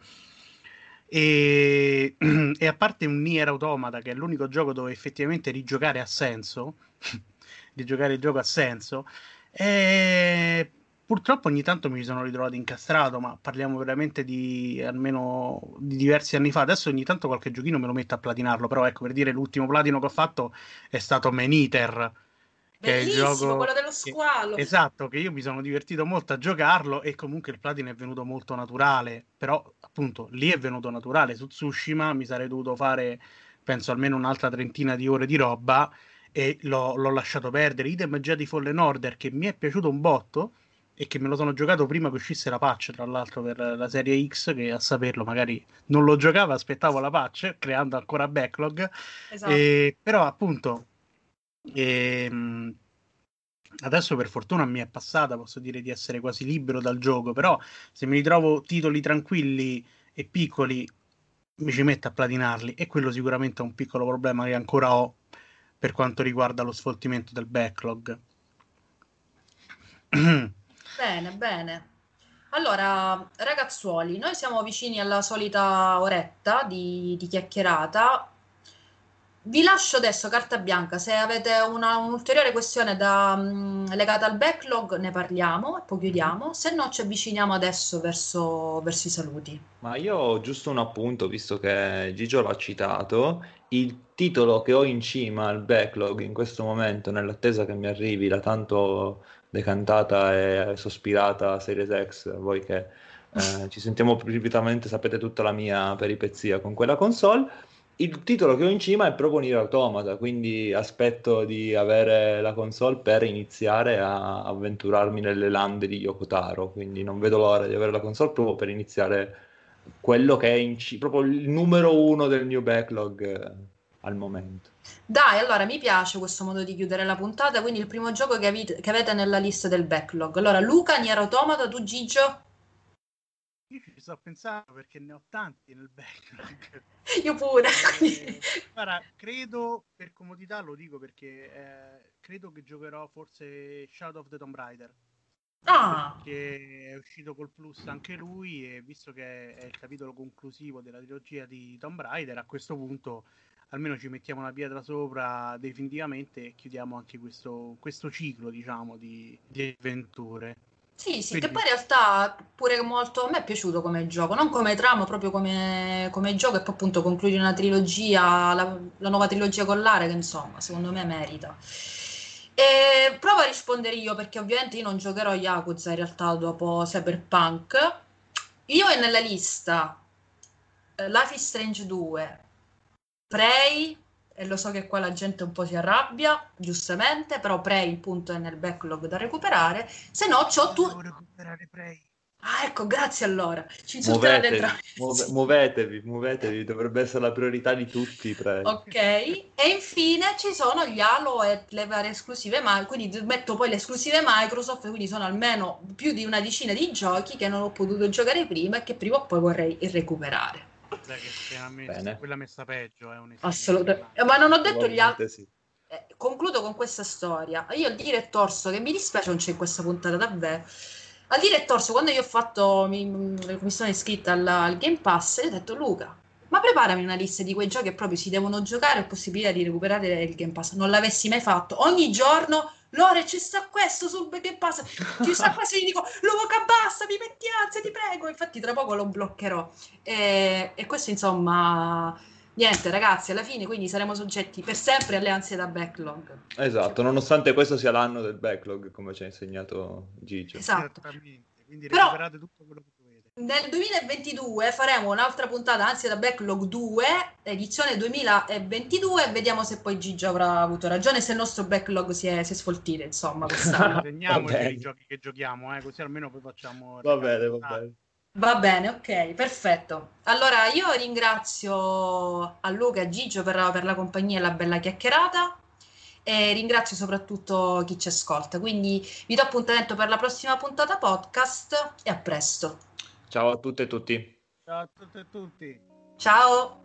E, e a parte un Nier Automata, che è l'unico gioco dove effettivamente rigiocare ha senso, rigiocare il gioco ha senso, e purtroppo ogni tanto mi sono ritrovato incastrato, ma parliamo veramente di almeno di diversi anni fa. Adesso ogni tanto qualche giochino me lo metto a platinarlo, però ecco, per dire l'ultimo platino che ho fatto è stato Man Eater, che è il Bellissimo, gioco quello dello che- squalo. esatto, che io mi sono divertito molto a giocarlo e comunque il platino è venuto molto naturale, però appunto lì è venuto naturale. Su Tsushima mi sarei dovuto fare, penso, almeno un'altra trentina di ore di roba e l'ho, l'ho lasciato perdere. Idem già di Fallen Order, che mi è piaciuto un botto e che me lo sono giocato prima che uscisse la patch, tra l'altro per la serie X, che a saperlo magari non lo giocavo, aspettavo la patch, creando ancora backlog. Esatto. E, però appunto ehm, adesso per fortuna mi è passata, posso dire di essere quasi libero dal gioco, però se mi ritrovo titoli tranquilli e piccoli mi ci metto a platinarli e quello sicuramente è un piccolo problema che ancora ho per quanto riguarda lo sfoltimento del backlog. Bene, bene. Allora, ragazzuoli, noi siamo vicini alla solita oretta di, di chiacchierata. vi lascio adesso carta bianca, se avete una, un'ulteriore questione da, mh, legata al backlog ne parliamo e poi chiudiamo, se no ci avviciniamo adesso verso, verso i saluti. Ma io ho giusto un appunto, visto che Gigio l'ha citato, il titolo che ho in cima al backlog in questo momento, nell'attesa che mi arrivi la tanto decantata e sospirata Series X, voi che eh, ci sentiamo ripetutamente, sapete tutta la mia peripezia con quella console, il titolo che ho in cima è proprio Nier Automata, quindi aspetto di avere la console per iniziare a avventurarmi nelle lande di Yoko Taro, quindi non vedo l'ora di avere la console proprio per iniziare quello che è in ci- proprio il numero uno del mio backlog eh, al momento. Dai, allora mi piace questo modo di chiudere la puntata, quindi il primo gioco che, avete che avete nella lista del backlog. Allora, Luca, Nier Automata, tu Gigio? Io ci sto pensando perché ne ho tanti nel backlog. Io pure. Eh, guarda, credo, per comodità lo dico perché eh, credo che giocherò forse Shadow of the Tomb Raider. Ah, Perché è uscito col Plus anche lui e visto che è il capitolo conclusivo della trilogia di Tomb Raider, a questo punto almeno ci mettiamo una pietra sopra definitivamente e chiudiamo anche questo, questo ciclo, diciamo, di, di avventure. sì, sì, che Quindi poi in realtà pure molto a me è piaciuto come gioco, non come trama, proprio come, come gioco e poi appunto concludi una trilogia, la, la nuova trilogia con l'Are che insomma, secondo me merita. E provo a rispondere io perché ovviamente io non giocherò Yakuza in realtà dopo Cyberpunk. Io ho nella lista eh, Life is Strange due, Prey, e lo so che qua la gente un po' si arrabbia, giustamente, però Prey il punto è nel backlog da recuperare, se no c'ho tu... devo recuperare Prey. Ah, ecco, grazie allora. Ci insulteranno Muovetevi, entrambi. muove- Sì. muovetevi, muovetevi, dovrebbe essere la priorità di tutti, prego. Ok, e infine ci sono gli Halo e le varie esclusive, ma quindi metto poi le esclusive Microsoft, quindi sono almeno più di una decina di giochi che non ho potuto giocare prima e che prima o poi vorrei recuperare. Sai che se a me, Bene, quella messa peggio è onestamente Assolutamente. ormai. Eh, Ma non ho detto gli altri. probabilmente sì. Eh, concludo con questa storia. Io al dire e torso, che mi dispiace non c'è in questa puntata davvero. Al dire e torso, quando io ho fatto, mi, mi sono iscritta al, al Game Pass, io ho detto Luca, ma preparami una lista di quei giochi che proprio si devono giocare e possibilità di recuperare il Game Pass. Non l'avessi mai fatto. Ogni giorno, Lore, ci sta questo sul Game Pass, ci sta questo, gli dico, Luca, basta, mi metti ansia, ti prego. Infatti tra poco lo bloccherò. E, e questo insomma... Niente, ragazzi, alla fine quindi saremo soggetti per sempre alle ansie da backlog. Cioè, Esatto, nonostante questo sia l'anno del backlog, come ci ha insegnato Gigio. esatto. Esattamente, quindi Però recuperate tutto quello che dovete. nel duemilaventidue faremo un'altra puntata, anzi da Backlog due, edizione duemilaventidue, e vediamo se poi Gigi avrà avuto ragione, se il nostro backlog si è, si è sfoltito, insomma, quest'anno. Va Segniamoceli i bene, giochi che giochiamo, eh, così almeno poi facciamo va bene, va recapitolare. bene. Va bene, ok, perfetto. Allora io ringrazio a Luca e a Gigio per, per la compagnia e la bella chiacchierata e ringrazio soprattutto chi ci ascolta. Quindi vi do appuntamento per la prossima puntata podcast e a presto. Ciao a tutte e tutti. Ciao a tutte e tutti. Ciao!